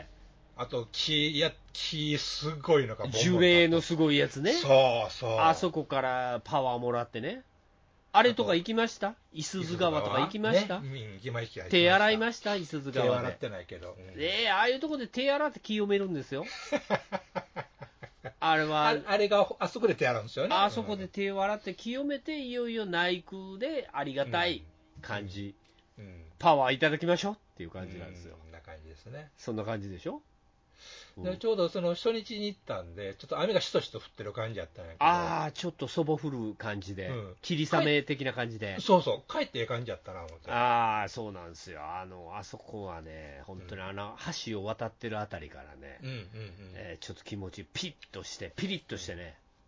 [SPEAKER 3] あと木、いや木すごいのがボンボン
[SPEAKER 2] 樹齢のすごいやつね。
[SPEAKER 3] そうそう。
[SPEAKER 2] あそこからパワーもらってね。あれとか行きました？いすゞ川とか行きました？
[SPEAKER 3] ね、うん、行きました。
[SPEAKER 2] 手洗いました？いすゞ川で。
[SPEAKER 3] 手洗ってないけど。
[SPEAKER 2] うん、えー、ああいうとこで手洗って清めるんですよ。あれはあ。
[SPEAKER 3] あれがあそこで手洗うんですよね。
[SPEAKER 2] あそこで手を洗って清めて、いよいよ内空でありがたい感じ、うんうん、パワーいただきましょうっていう感じなんですよ。
[SPEAKER 3] そんな感じですね。
[SPEAKER 2] そんな感じでしょ。
[SPEAKER 3] でちょうどその初日に行ったんで、ちょっと雨がしとしと降ってる感じやったんやけど、
[SPEAKER 2] ああ、ちょっとそぼ降る感じで、うん、霧雨的な感じで、
[SPEAKER 3] そうそう、帰ってええ感じやったな、思って。
[SPEAKER 2] ああ、そうなんですよ、あのあそこはね、本当にあの橋を渡ってるあたりからね、うんうんうんえー、ちょっと気持ち、ピッとして、ピリッとしてね、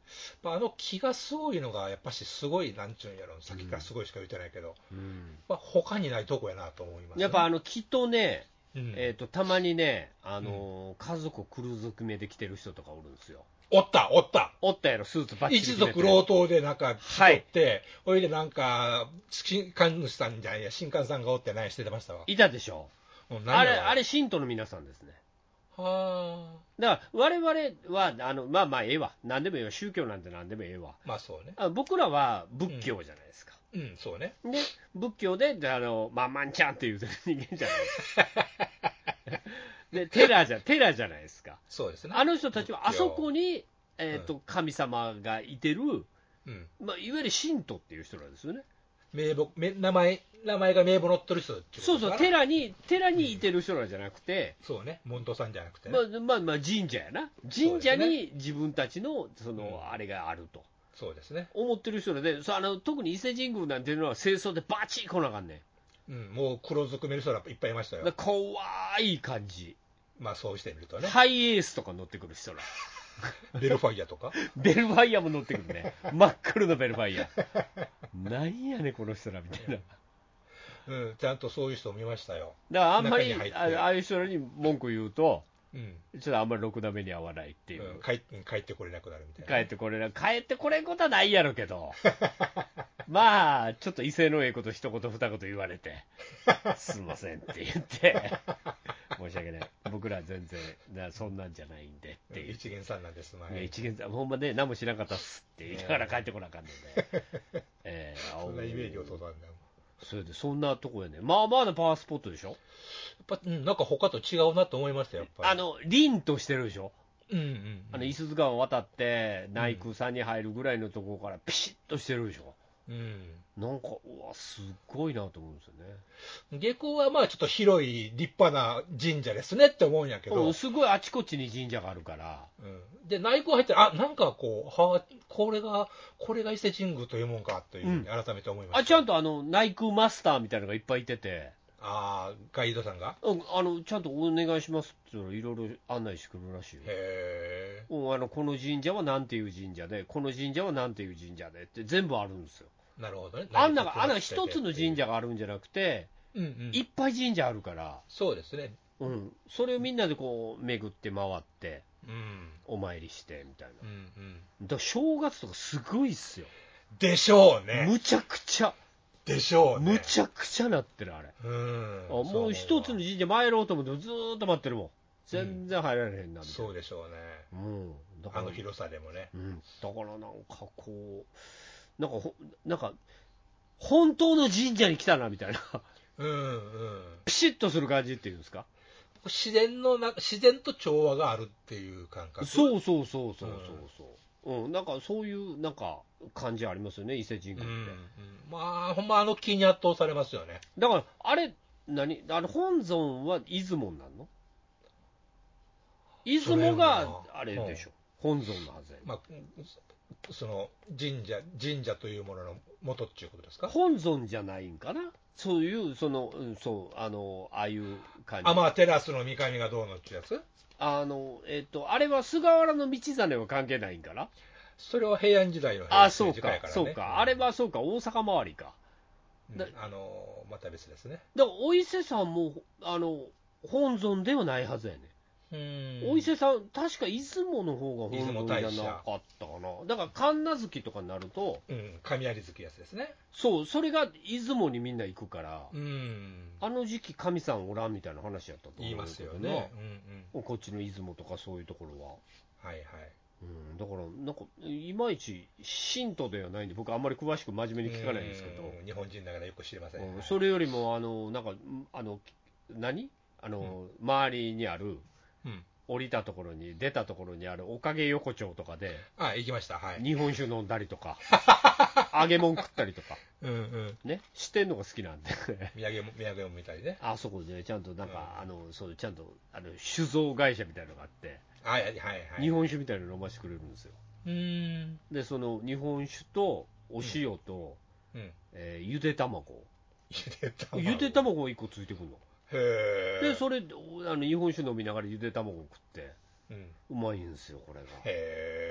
[SPEAKER 3] まあ、あの木がすごいのが、やっぱしすごい、なんちゅうんやろ、さっきからすごいしか言ってないけど、
[SPEAKER 2] うん
[SPEAKER 3] まあ、他にないとこやなと思います、ね、
[SPEAKER 2] やっぱあの木とね、
[SPEAKER 3] うん
[SPEAKER 2] えー、とたまにね、あのー家族黒ずくめで来てる人とかおるんですよ。
[SPEAKER 3] おった、おった、
[SPEAKER 2] おったやろ、スーツバッチリ
[SPEAKER 3] 一
[SPEAKER 2] 決めて
[SPEAKER 3] 族老頭でなんか来
[SPEAKER 2] はい
[SPEAKER 3] とって、ほいでなんか、新神主さんじゃいや、新官さんがおって何してましたわ。
[SPEAKER 2] いたでしょ。
[SPEAKER 3] うん
[SPEAKER 2] あれ、
[SPEAKER 3] 何やろ
[SPEAKER 2] あれ、信徒の皆さんですね。
[SPEAKER 3] はあ、
[SPEAKER 2] だから、我々は、あのまあまあ、ええわ、なんでもええわ、宗教なんてなんでもええわ、
[SPEAKER 3] まあそうね。
[SPEAKER 2] あ僕らは仏教じゃないですか。
[SPEAKER 3] うん、そうね。
[SPEAKER 2] で、仏教で、であのまあ、まんちゃんって言うてる人間じゃないですか。で、テラじゃ、テラじゃないですか。
[SPEAKER 3] そうですね。
[SPEAKER 2] あの人たちはあそこ
[SPEAKER 3] に、
[SPEAKER 2] に、えーと神様がいてる、
[SPEAKER 3] うん、
[SPEAKER 2] まあ、いわゆる信徒っていう人なんですよね。
[SPEAKER 3] 名簿名名前、名前が名簿載ってる人ってこと
[SPEAKER 2] そうそう、
[SPEAKER 3] かな
[SPEAKER 2] 寺に、寺にいてる人なんじゃなくて、
[SPEAKER 3] そうね、門徒さんじゃなくてね、
[SPEAKER 2] まあまあまあ、神社やな、神社に自分たちのその、
[SPEAKER 3] うん
[SPEAKER 2] あれがあると
[SPEAKER 3] そうですね、
[SPEAKER 2] 思ってる人で、そうあの特に伊勢神宮なんていうのは、清掃でバチッ来なあかんねん。
[SPEAKER 3] うん、もう黒ずくめる人がいっぱいいましたよ、
[SPEAKER 2] だから怖い感じ、
[SPEAKER 3] まあそうしてみるとね、
[SPEAKER 2] ハイエースとか乗ってくる人ら、
[SPEAKER 3] ベルファイアとか、
[SPEAKER 2] ベルファイアも乗ってくるね、真っ黒のベルファイア、なんやねん、この人らみたいな。
[SPEAKER 3] うん、ちゃんとそういう人を見ましたよ、
[SPEAKER 2] だからあんまり
[SPEAKER 3] 中に入って
[SPEAKER 2] あああいう人らに文句言うと、
[SPEAKER 3] うん
[SPEAKER 2] ちょっとあんまりろくな目に遭わないっていう、
[SPEAKER 3] うん、帰帰ってこれなくなるみたいな、
[SPEAKER 2] 帰ってこれな、帰ってこれんことはないやろけど、まあ、ちょっと威勢のええこと一言二言言われて、すんませんって言って、申し訳ない、僕ら全然、なそんなんじゃないんでっていう、
[SPEAKER 3] 一元さんなんです、まあ
[SPEAKER 2] いや一元さん、ほんまね、何もしなかったっすって言いながら帰ってこなあかんので、えー、
[SPEAKER 3] そんなイメージを取ったんだよ。
[SPEAKER 2] それで、そんなとこやね、まあまあなパワースポットでしょ、
[SPEAKER 3] やっぱ、うん、なんか他と違うなと思いましたよ、やっぱり。
[SPEAKER 2] あの凛としてるでしょ。
[SPEAKER 3] うんうんうん、
[SPEAKER 2] あの、伊豆川を渡って内宮さんに入るぐらいのところからピシッとしてるでしょ。
[SPEAKER 3] うん、
[SPEAKER 2] なんか、うわ、すっごいなと思うんですよね。
[SPEAKER 3] 下校はまあちょっと広い立派な神社ですねって思うんやけど、
[SPEAKER 2] うんすごいあちこちに神社があるから、
[SPEAKER 3] うん、で内宮入ってあなんかこうはこれがこれが伊勢神宮というもんかというふうに改めて思いました、
[SPEAKER 2] あちゃんとあの内宮マスターみたいなのがいっぱいいてて、
[SPEAKER 3] ああガイドさんが
[SPEAKER 2] うんあのちゃんとお願いしますって言うのいろいろ案内してくるらしいよ。
[SPEAKER 3] へえ、
[SPEAKER 2] うんあのこの神社はなんていう神社で、この神社はなんていう神社でって全部あるんですよ。
[SPEAKER 3] なるほどね、
[SPEAKER 2] あんながあんな一つの神社があるんじゃなくて、
[SPEAKER 3] うんうん
[SPEAKER 2] いっぱい神社あるから、
[SPEAKER 3] そうですね、
[SPEAKER 2] うん、それをみんなでこう巡って回って
[SPEAKER 3] うん
[SPEAKER 2] お参りしてみたいな、
[SPEAKER 3] うんうん、
[SPEAKER 2] だから正月とかすごいっすよ、
[SPEAKER 3] でしょうね
[SPEAKER 2] むちゃくちゃ、
[SPEAKER 3] でしょうね
[SPEAKER 2] むちゃくちゃなってるあれ、
[SPEAKER 3] うん
[SPEAKER 2] あもう一つの神社参ろうと思ってずーっと待ってるもん、全然入られへんなみたいな、
[SPEAKER 3] そうでしょうね、
[SPEAKER 2] うん、だから
[SPEAKER 3] あの広さでもね、
[SPEAKER 2] うん、だからなんかこうなんかほなんか本当の神社に来たなみたいな
[SPEAKER 3] うんうん、
[SPEAKER 2] ピシッとする感じっていうんですか、
[SPEAKER 3] 自然のな自然と調和があるっていう感覚、
[SPEAKER 2] そうそうそうそうそうそう、うん、なんかそういうなんか感じありますよね、伊勢神宮って。
[SPEAKER 3] うんうん、まあほんまあの木に圧倒されますよね。
[SPEAKER 2] だからあれ何あの本尊は出雲なんの？出雲があれでしょ、本尊のはずやね、
[SPEAKER 3] まあその神社神社というものの元っていうことですか。
[SPEAKER 2] 本尊じゃないんかな、そういうその、うん、そうあのああいう感じ。
[SPEAKER 3] あまあテラスの三上がどうのっていうやつ。
[SPEAKER 2] あのえっとあれは菅原道真は関係ないんかな。
[SPEAKER 3] それは平安時代の
[SPEAKER 2] あそうか
[SPEAKER 3] 時代からね。
[SPEAKER 2] そうか、あれはそうか大阪周りか。
[SPEAKER 3] うん
[SPEAKER 2] だ
[SPEAKER 3] あのまた別ですね。
[SPEAKER 2] だからお伊勢さんもあの本尊ではないはずやね。
[SPEAKER 3] うん
[SPEAKER 2] お伊勢さん、確か出雲の方が本尊じゃな
[SPEAKER 3] 出雲
[SPEAKER 2] かったかな、だから神無月とかになると、
[SPEAKER 3] うん神有月やつですね。
[SPEAKER 2] そう、それが出雲にみんな行くから、
[SPEAKER 3] うん
[SPEAKER 2] あの時期、神さんおらんみたいな話やったと思うけど
[SPEAKER 3] 言いますよね。うんうん
[SPEAKER 2] こっちの出雲とかそういうところは。
[SPEAKER 3] はいはい。
[SPEAKER 2] うん、だから、なんか、いまいち信徒ではないんで、僕、あんまり詳しく真面目に聞かないんですけど、
[SPEAKER 3] うん日本人だからよく知りません。
[SPEAKER 2] うん
[SPEAKER 3] はい
[SPEAKER 2] それよりも、あのなんか、あの何あの、周りにある、
[SPEAKER 3] うん
[SPEAKER 2] 降りたところに、出たところにあるおかげ横丁とかで、
[SPEAKER 3] あ行きました。はい。
[SPEAKER 2] 日本酒飲んだりとか、揚げ物食ったりとか、
[SPEAKER 3] うんうん。
[SPEAKER 2] ね、してんのが好きなんで、
[SPEAKER 3] 土産も土産も見たりね。
[SPEAKER 2] あそこで、ね、ちゃんとなんか、
[SPEAKER 3] うん
[SPEAKER 2] あのそうちゃんとあの酒造会社みたいなのがあって、
[SPEAKER 3] はいはいはい。
[SPEAKER 2] 日本酒みたいなの飲ませてくれるんですよ。
[SPEAKER 3] うん
[SPEAKER 2] で、その日本酒とお塩と、
[SPEAKER 3] うん。
[SPEAKER 2] えーゆで卵、
[SPEAKER 3] ゆで卵。
[SPEAKER 2] ゆで卵いっこついてくるの。
[SPEAKER 3] へえ。
[SPEAKER 2] で、それ、あの日本酒飲みながらゆで卵食って、
[SPEAKER 3] うん。
[SPEAKER 2] うまいんですよ、これが。
[SPEAKER 3] へ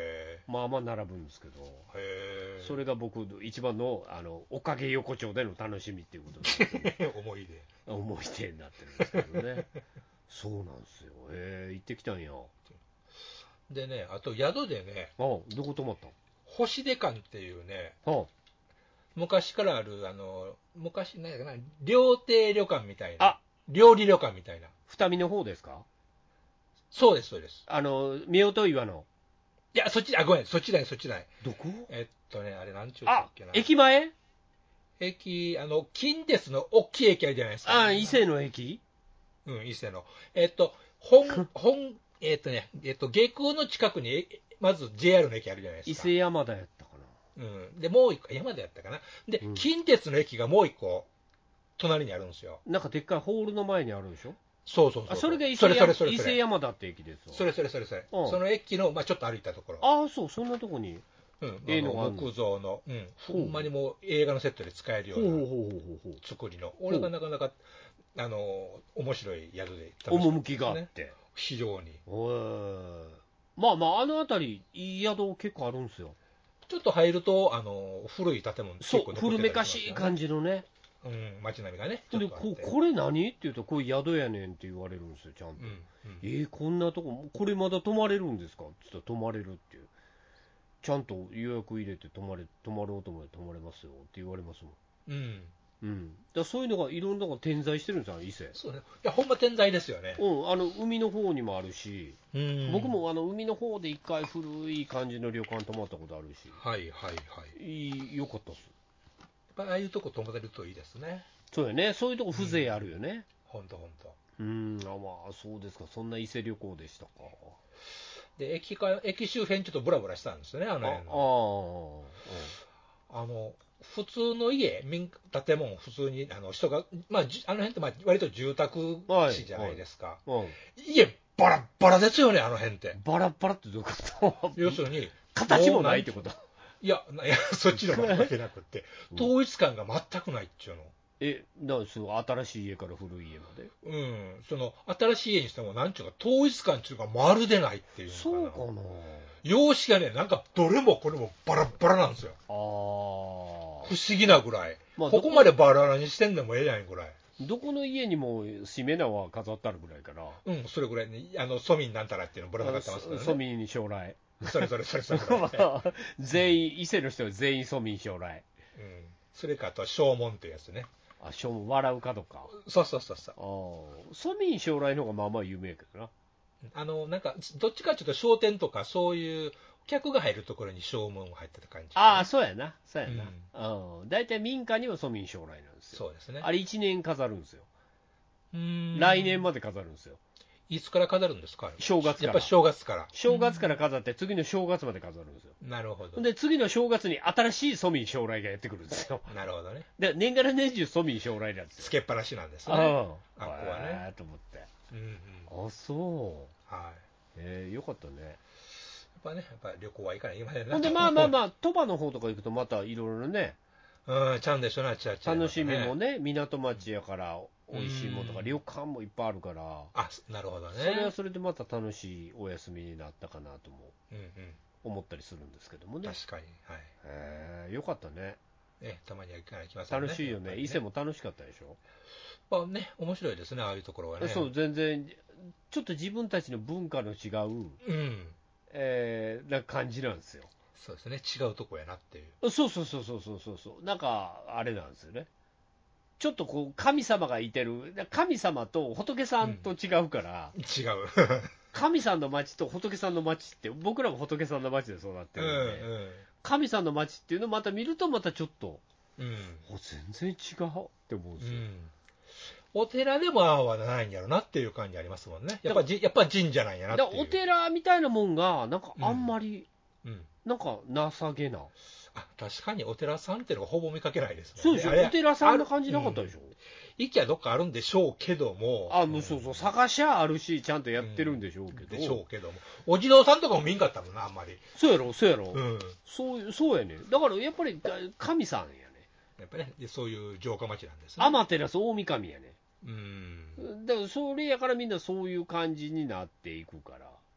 [SPEAKER 2] まあまあ並ぶんですけど、
[SPEAKER 3] へー
[SPEAKER 2] それが僕一番のあのおかげ横丁での楽しみっていうことで
[SPEAKER 3] 思い出。
[SPEAKER 2] 思い出になってるんですけどね。そうなんですよ。えー、行ってきたんや。あ、
[SPEAKER 3] でね、あと宿でね、
[SPEAKER 2] どこ泊まったん？
[SPEAKER 3] 星出館っていうね、
[SPEAKER 2] は
[SPEAKER 3] 昔からある、あの、昔、なんやかな、料亭旅館みたいな。
[SPEAKER 2] あ、
[SPEAKER 3] 料理旅館みたいな。
[SPEAKER 2] 二見の方ですか？
[SPEAKER 3] そうです、そうです。
[SPEAKER 2] あの、夫婦岩の。
[SPEAKER 3] いや、そっち、あ、ごめん、そっちだよ、そっちだよ。
[SPEAKER 2] どこ？
[SPEAKER 3] えっとね、あれ、なんちゅうた
[SPEAKER 2] あ
[SPEAKER 3] っけな。、
[SPEAKER 2] 駅前？
[SPEAKER 3] 駅、あの、近鉄の大きい駅あるじゃないですか。
[SPEAKER 2] あ、伊勢の駅？
[SPEAKER 3] うん、伊勢の。えっと、本、本、えっとね、えっと、下空の近くに、えまず ジェイアール の駅あるじゃないですか。
[SPEAKER 2] 伊勢山田やったか
[SPEAKER 3] うん。で、もう一個、山田やったかな。で、
[SPEAKER 2] うん
[SPEAKER 3] 近鉄の駅がもう一個、隣にあるんですよ。
[SPEAKER 2] な。なんかでっかいホールの前にあるでしょ？
[SPEAKER 3] そうそうそう。
[SPEAKER 2] あ、それが伊
[SPEAKER 3] それそ
[SPEAKER 2] 勢山伊
[SPEAKER 3] れそれそれ。
[SPEAKER 2] 勢山田って駅ですわ。
[SPEAKER 3] それそれそれそれ。
[SPEAKER 2] うん
[SPEAKER 3] その駅の、まあちょっと歩いたところ。
[SPEAKER 2] ああ、そう、そんなとこに。
[SPEAKER 3] うん。
[SPEAKER 2] ええのがあんの
[SPEAKER 3] 木造の、うん。
[SPEAKER 2] ほう
[SPEAKER 3] ほんまにもう映画のセットで使えるような
[SPEAKER 2] ほうほうほうほうほう。
[SPEAKER 3] 作りの。俺がなかなか、あの、面白い宿で楽しかったですね
[SPEAKER 2] 趣があって。
[SPEAKER 3] 非常に。
[SPEAKER 2] おーまあまあ、あの辺り、いい宿結構あるんですよ。
[SPEAKER 3] ちょっと入ると、あの、古い建物結
[SPEAKER 2] そう、
[SPEAKER 3] 構残ってたり
[SPEAKER 2] 古めか
[SPEAKER 3] しますよね
[SPEAKER 2] しい感じのね。
[SPEAKER 3] うん、街並みがね。ちょっ
[SPEAKER 2] で、
[SPEAKER 3] とあって
[SPEAKER 2] ここれ何って言うと、これ宿やねんって言われるんですよ、ちゃんと。
[SPEAKER 3] うん、うん。
[SPEAKER 2] えー、こんなとこ、これまだ泊まれるんですかって言ったら、泊まれるっていう。ちゃんと予約入れて泊まれ、泊まろうと思って泊まれますよって言われますもん。
[SPEAKER 3] うん。
[SPEAKER 2] うん。だからそういうのがいろんなのが点在してるんですよ、伊勢。
[SPEAKER 3] そうね。いや、ほんま天才ですよね。
[SPEAKER 2] うん、あの、海の方にもあるし、
[SPEAKER 3] うん
[SPEAKER 2] 僕。もあの、海の方で一回古い感じの旅館泊まったことあるし、
[SPEAKER 3] はいはいはい。
[SPEAKER 2] いい、よかったっす。
[SPEAKER 3] やっぱああいうとこ泊まれるといいですね。
[SPEAKER 2] そうやね、そういうとこ風情あるよね。
[SPEAKER 3] ほんとほんと。
[SPEAKER 2] うん、あ、まあ、そうですか、そんな伊勢旅行でしたか。
[SPEAKER 3] で、駅か、駅周辺ちょっとブラブラしたんですよね、あの
[SPEAKER 2] あ
[SPEAKER 3] 辺の。
[SPEAKER 2] あ
[SPEAKER 3] あの、普通の家、民建物、普通に、あの、人が、まあ、じあの辺って、まあ、割と住宅地じゃないですか。
[SPEAKER 2] あ、うん。
[SPEAKER 3] 家、バラッバラですよね、あの辺って。
[SPEAKER 2] バラッバラってどういうこと
[SPEAKER 3] 要するに、
[SPEAKER 2] 形もないってこと？
[SPEAKER 3] いや、ないやそっちのわけなくって、統一感が全くないっていうの。
[SPEAKER 2] え、だからそう新しい家から古い家まで。
[SPEAKER 3] うん、その新しい家にしても、なんちゅうか、統一感っていうか、まるでないっていうのかな。
[SPEAKER 2] そうかな。
[SPEAKER 3] 容姿がね、なんかどれもこれもバラッバラなんですよ。
[SPEAKER 2] ああ。
[SPEAKER 3] 不思議なぐらい。
[SPEAKER 2] まあ
[SPEAKER 3] ここまでバラバラにしてんでもええやんぐらい。
[SPEAKER 2] どこの家にもしめ縄飾ってあるぐらいかな。
[SPEAKER 3] うん、それぐらいね、あの、ソミンなんたらっていうのぶら下がってますからね。
[SPEAKER 2] ソミン将来。
[SPEAKER 3] それそれそれそれそれ。
[SPEAKER 2] まあ全員、伊勢の人は全員ソミン将来。
[SPEAKER 3] うん。それか、あと、正門っていうやつね。
[SPEAKER 2] あ、しょうも笑う角か。
[SPEAKER 3] そうそうそうそう。
[SPEAKER 2] ああ。ソミン将来の方がまあまあ有名やけどな。
[SPEAKER 3] あの、なんか、どっちかっていうと、商店とか、そういう、客が入るところに正門が入ってた感じ。
[SPEAKER 2] ああ、そうやな。そうやな。
[SPEAKER 3] うん
[SPEAKER 2] うん。大体民家にはソミン将来なんですよ。
[SPEAKER 3] そうですね。
[SPEAKER 2] あれいちねん飾るんですよ。
[SPEAKER 3] うーん
[SPEAKER 2] 来年まで飾るんですよ。
[SPEAKER 3] いつから飾るんですか？
[SPEAKER 2] 正月から
[SPEAKER 3] やっぱり正月から。
[SPEAKER 2] 正月から飾って次の正月まで飾るんですよ。
[SPEAKER 3] なるほど。
[SPEAKER 2] で、次の正月に新しいソミン将来がやってくるんですよ。
[SPEAKER 3] なるほどね。
[SPEAKER 2] で、年がら年中ソミン将来なんですよ。
[SPEAKER 3] つけっぱなしなんですね。
[SPEAKER 2] ああ。
[SPEAKER 3] あここはね
[SPEAKER 2] へえと思って。
[SPEAKER 3] うんうん。
[SPEAKER 2] あ、そう。
[SPEAKER 3] はい。
[SPEAKER 2] えー、よかったね。
[SPEAKER 3] やっぱね、やっぱ旅行は行かない今までな。
[SPEAKER 2] ほんで、まあまあまあ、鳥羽の方とか行くとまたいろいろね、
[SPEAKER 3] うん、ちゃんでしょな、ちゃちゃ。
[SPEAKER 2] 楽しみもね、港町やから美味しいものとか、
[SPEAKER 3] うん
[SPEAKER 2] 旅館もいっぱいあるから、
[SPEAKER 3] あ、なるほどね。
[SPEAKER 2] それはそれでまた楽しいお休みになったかなとも
[SPEAKER 3] うんうん。
[SPEAKER 2] 思ったりするんですけどもね。
[SPEAKER 3] 確かに。はい。
[SPEAKER 2] えー、よかったね。
[SPEAKER 3] ね、たまには行かないといけませんね。
[SPEAKER 2] 楽しいよね。伊勢も楽しかったでしょ。
[SPEAKER 3] まあね、面白いですね、ああいうところはね。
[SPEAKER 2] そう、全然、ちょっと自分たちの文化の違う、
[SPEAKER 3] うん。
[SPEAKER 2] えー、な感じなんですよ。
[SPEAKER 3] そうですね、違うとこやなっていう。
[SPEAKER 2] そうそうそうそうそうそうそう、なんかあれなんですよね。ちょっとこう神様がいてる、神様と仏さんと違うから、
[SPEAKER 3] 違う。
[SPEAKER 2] 神さんの町と仏さんの町って、僕らも仏さんの町でそうなって
[SPEAKER 3] うん
[SPEAKER 2] るんで、神さんの町っていうのをまた見ると、またちょっと、
[SPEAKER 3] うん。うん。
[SPEAKER 2] お全然違うって思うんですよ。
[SPEAKER 3] うん。お寺でもああはないんやろなっていう感じありますもんね。やっぱじやっぱ神社なんやなっていう。
[SPEAKER 2] だからお寺みたいなもんが、なんかあんまり、
[SPEAKER 3] うん。
[SPEAKER 2] なんか情けな。
[SPEAKER 3] あ、確かにお寺さんっていうのがほぼ見かけないです
[SPEAKER 2] そうでしょ、
[SPEAKER 3] もんね。あれ
[SPEAKER 2] お寺さんな感じなかったでしょ。
[SPEAKER 3] 行きゃどっかあるんでしょうけども。
[SPEAKER 2] あ、もうそうそう、探しゃあるし、ちゃんとやってるんでしょうけど。
[SPEAKER 3] でしょうけども。お地蔵さんとかも見んかったもんな、あんまり。
[SPEAKER 2] そうやろ、そうやろ。
[SPEAKER 3] うん。
[SPEAKER 2] そういう、そうやね。だからやっぱり神さんやね。
[SPEAKER 3] やっぱりね、そういう城下町なんですね。
[SPEAKER 2] 天照大神やね。
[SPEAKER 3] うん。
[SPEAKER 2] だからそれやからみんなそういう感じになっていくから。
[SPEAKER 3] はい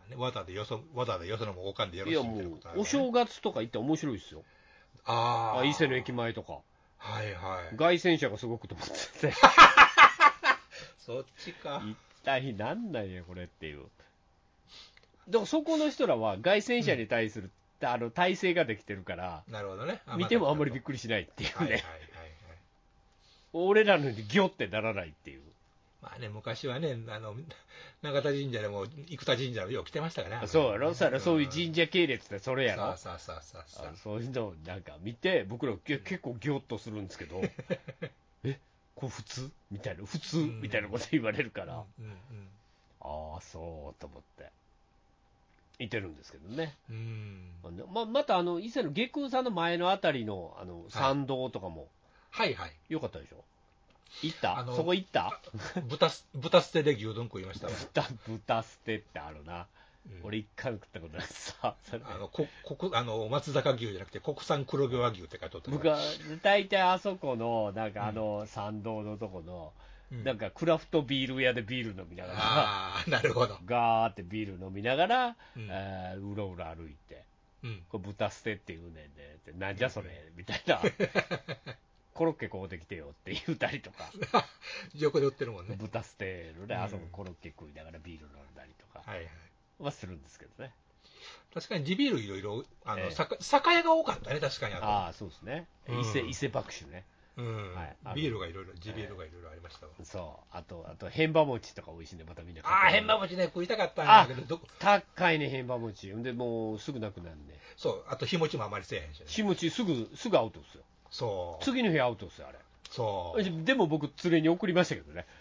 [SPEAKER 3] あね、わざわざよそわざわざよそのもおかんでよろ
[SPEAKER 2] いやも
[SPEAKER 3] しいみたいなことある
[SPEAKER 2] うお正月とか行ったら面白いですよ。
[SPEAKER 3] ああ
[SPEAKER 2] あ伊勢の駅前とか
[SPEAKER 3] はいはい
[SPEAKER 2] 凱旋車がすごくと思ってて
[SPEAKER 3] そっちか
[SPEAKER 2] 一体なんなんやこれっていう。でもそこの人らは凱旋車に対する、うん、あの体制ができてるから
[SPEAKER 3] なるほどね
[SPEAKER 2] 見てもあんまりびっくりしないっていうね、
[SPEAKER 3] はいはいはいはい、
[SPEAKER 2] 俺らのにギョってならないっていう。
[SPEAKER 3] まあね、昔はね、あの永田神社でも生田神社のよう来てましたからね。
[SPEAKER 2] そうやろ、そうやろ、そういう神社系列ってそれやろ。
[SPEAKER 3] そうそうそうそう
[SPEAKER 2] あそういうのをなんか見て、僕らけ結構ギョッとするんですけど、えこれ普通みたいな、普通みたいなこと言われるから、
[SPEAKER 3] うんうんうん、
[SPEAKER 2] ああ、そうと思って、いてるんですけどね。
[SPEAKER 3] うん
[SPEAKER 2] ままたあの伊勢の下空さんの前のあたりのあの参道とかも、
[SPEAKER 3] はいはい、
[SPEAKER 2] よかったでしょ。行った
[SPEAKER 3] あの
[SPEAKER 2] そこ行った
[SPEAKER 3] 豚豚捨てで牛丼食いましたわ
[SPEAKER 2] 豚豚捨てってあるな、
[SPEAKER 3] うん、
[SPEAKER 2] 俺一回も食ったことないさそれ
[SPEAKER 3] あのここあの松坂牛じゃなくて国産黒毛和牛って書いてあった。
[SPEAKER 2] 僕は大体あそこのなんかあの参道のとこの、うん、なんかクラフトビール屋でビール飲みながら、
[SPEAKER 3] ああなるほど、
[SPEAKER 2] ガーってビール飲みながら、
[SPEAKER 3] うん
[SPEAKER 2] えー、うろうろ歩いて、
[SPEAKER 3] うん、
[SPEAKER 2] これ豚捨てって言うねんでってなんじゃそれ、うん、みたいなコロッケ買うてきてよって言うたりとか
[SPEAKER 3] 横で売ってるもんね、
[SPEAKER 2] 豚捨てるで、あそこコロッケ食いながらビール飲んだりとかはするんですけどね。
[SPEAKER 3] 確かに地ビールいろいろあの、
[SPEAKER 2] ええ、
[SPEAKER 3] 酒屋が多かったね、確かに。
[SPEAKER 2] ああそうですね、
[SPEAKER 3] うん、
[SPEAKER 2] 伊勢伊勢爆酒ね、
[SPEAKER 3] うん
[SPEAKER 2] はい、
[SPEAKER 3] ビールがいろいろ、地ビールがいろいろありましたわ、
[SPEAKER 2] えー、そうあとあと変馬餅とか美味しいんでまたみんな
[SPEAKER 3] ああ変馬餅ね食いたかったんだけどど
[SPEAKER 2] 高いね変馬餅でもうすぐなくなるね。
[SPEAKER 3] そうあと日持ちもあまりせえへんし、ね、
[SPEAKER 2] 日持ちすぐすぐアウトですよ。
[SPEAKER 3] そう
[SPEAKER 2] 次の日アウトですよあれ。
[SPEAKER 3] そう
[SPEAKER 2] でも僕連れに送りましたけどね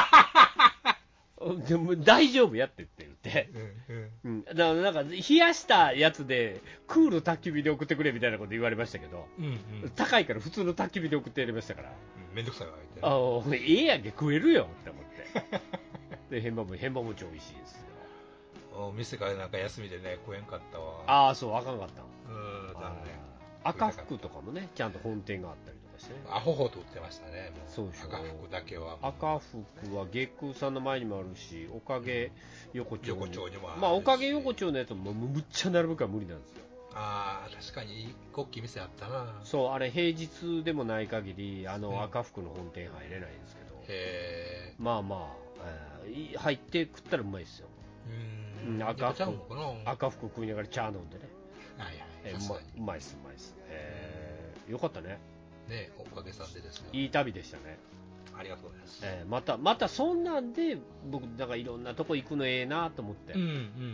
[SPEAKER 2] でも大丈夫やってって言って、うんうんうん、だからなんか冷やしたやつでクール焚き火で送ってくれみたいなこと言われましたけど、うんうん、高いから普通の焚き火で送ってやりましたから、
[SPEAKER 3] うん、めんどくさいわ言
[SPEAKER 2] って、あええやんけ食えるよって思ってで変馬餅変馬餅美味しいです
[SPEAKER 3] よ。店からなんか休みでね食えんかったわ。
[SPEAKER 2] ああそうあかんかった
[SPEAKER 3] うん残念。
[SPEAKER 2] 赤福とかもねちゃんと本店があったりとかしてね、
[SPEAKER 3] アホほと売ってましたね。もう
[SPEAKER 2] そうでしょ。
[SPEAKER 3] 赤福だけは
[SPEAKER 2] 赤福は月空さんの前にもあるしおかげ横丁 に,
[SPEAKER 3] 横丁にもあるし、
[SPEAKER 2] まあおかげ横丁のやつもむっちゃ並ぶから無理なんですよ。
[SPEAKER 3] ああ確かに一個大きい店あったな。
[SPEAKER 2] そうあれ平日でもない限りあの赤福の本店入れないんですけど、うん、
[SPEAKER 3] へ
[SPEAKER 2] まあまあ、えー、入って食ったらうまいですよ。
[SPEAKER 3] うん、
[SPEAKER 2] うん、赤福赤福食いながら茶飲んでね、
[SPEAKER 3] はいはい、
[SPEAKER 2] えー、う, まうまいっすうまいっす、えー、よかったね。
[SPEAKER 3] ねおかげさんでですね。
[SPEAKER 2] いい旅でしたね。
[SPEAKER 3] ありがとうございます。
[SPEAKER 2] えー、またまたそんなんで僕だからいろんなとこ行くのええなと思って。うん
[SPEAKER 3] うん、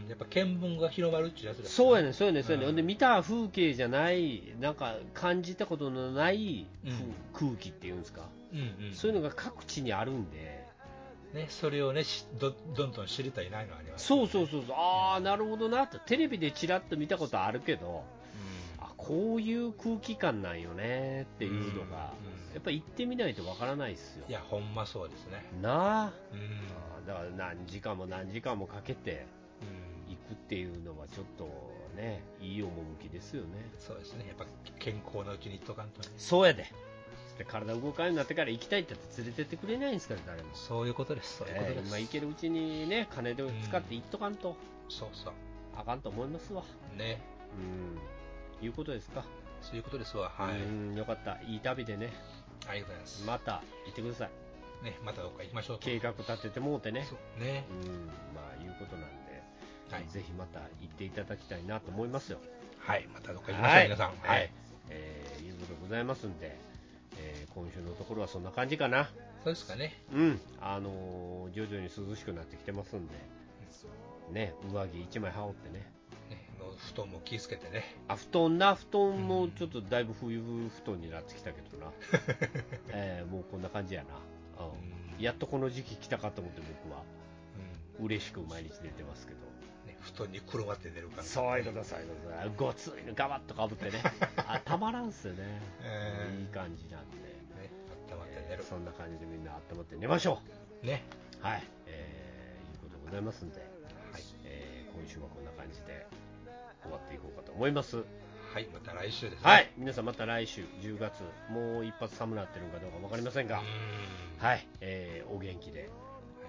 [SPEAKER 3] やっぱ見聞が広まるっていうやつですね。
[SPEAKER 2] そうやねそうやねそうやね、うん、で見た風景じゃないなんか感じたことのない、うん、空気っていうんですか、うんうん、そういうのが各地にあるんで。
[SPEAKER 3] ね、それをねど, どんどん知りたいないのあります、ね、
[SPEAKER 2] そうそうそうそうああなるほどなとテレビでちらっと見たことあるけど、うん、あこういう空気感なんよねっていうのが、うんうん、やっぱり行ってみないとわからないですよ。
[SPEAKER 3] いやほんまそうですね
[SPEAKER 2] なあ、うん、だから何時間も何時間もかけて行くっていうのはちょっとねいい趣ですよね。
[SPEAKER 3] そうですねやっぱ健康なうちに行っとかんとね。
[SPEAKER 2] そうやで体動かんようになってから行きたいって言って連れてってくれないんですから誰も。
[SPEAKER 3] そういうことですそういうことです、えー、
[SPEAKER 2] 今行けるうちにね金で使って行っとかんと、うん、
[SPEAKER 3] そうそう
[SPEAKER 2] あかんと思いますわ
[SPEAKER 3] ね
[SPEAKER 2] うんいうことですか。
[SPEAKER 3] そういうことですわはい
[SPEAKER 2] うんよかったいい旅でね。
[SPEAKER 3] ありがとうございます。
[SPEAKER 2] また行ってください
[SPEAKER 3] ねまたどっか行きましょう。
[SPEAKER 2] 計画立ててもうてね
[SPEAKER 3] そうね
[SPEAKER 2] うんまあいうことなんで、はい、ぜひまた行っていただきたいなと思いますよ。
[SPEAKER 3] はいまたどっか行きましょう、はい、皆さん
[SPEAKER 2] はい、はい、えー、いうことでございますんでえー、今週のところはそんな感じかな。
[SPEAKER 3] そうですかね。
[SPEAKER 2] うん、あのー、徐々に涼しくなってきてますんで、ね、上着いちまい羽織ってね。
[SPEAKER 3] ねの布団も気をつけてね。
[SPEAKER 2] あ、布団な、布団もちょっとだいぶ冬布団になってきたけどな。えー、もうこんな感じやな、うん。やっとこの時期来たかと思って僕は、うん、嬉しく毎日寝てますけど。
[SPEAKER 3] ね、布団にくるまって寝るから、ね。
[SPEAKER 2] そういうことそういうこと。ごついのガバッとかぶってね。あたまらんっすよね。えー、いい感じなんで。
[SPEAKER 3] ね、温まって寝る、
[SPEAKER 2] えー。そんな感じでみんな温まって寝ましょ
[SPEAKER 3] う。ね。
[SPEAKER 2] はい。えー、いうことでございますんで、はいえー、今週はこんな感じで終わっていこうかと思います。
[SPEAKER 3] はい、また来週ですね。
[SPEAKER 2] はい、皆さんまた来週じゅうがつもう一発寒なってるかどうか分かりませんが、はい、えー、お元気で。お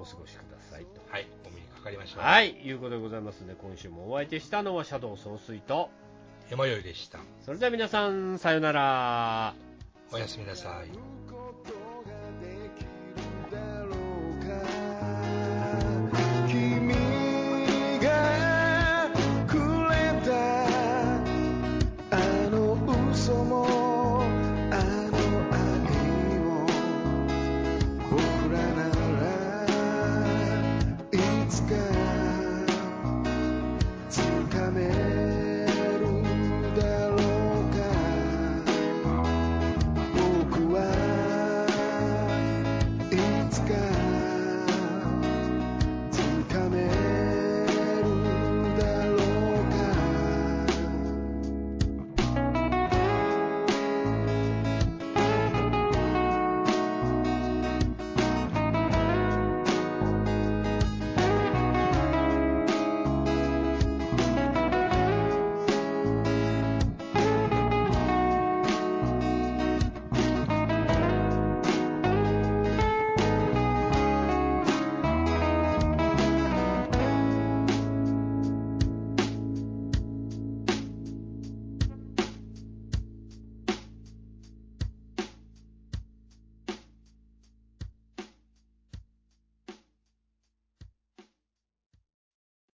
[SPEAKER 2] お過ごしくださいと。
[SPEAKER 3] はい、お目にかかりましょう。
[SPEAKER 2] はい、いうことでございますので、今週もお相手したのはシャドウ総帥と
[SPEAKER 3] 山よいでした。
[SPEAKER 2] それでは皆さん、さよなら。
[SPEAKER 3] おやすみなさい。
[SPEAKER 6] 君がくれたあの嘘もあの愛も僕らならいつか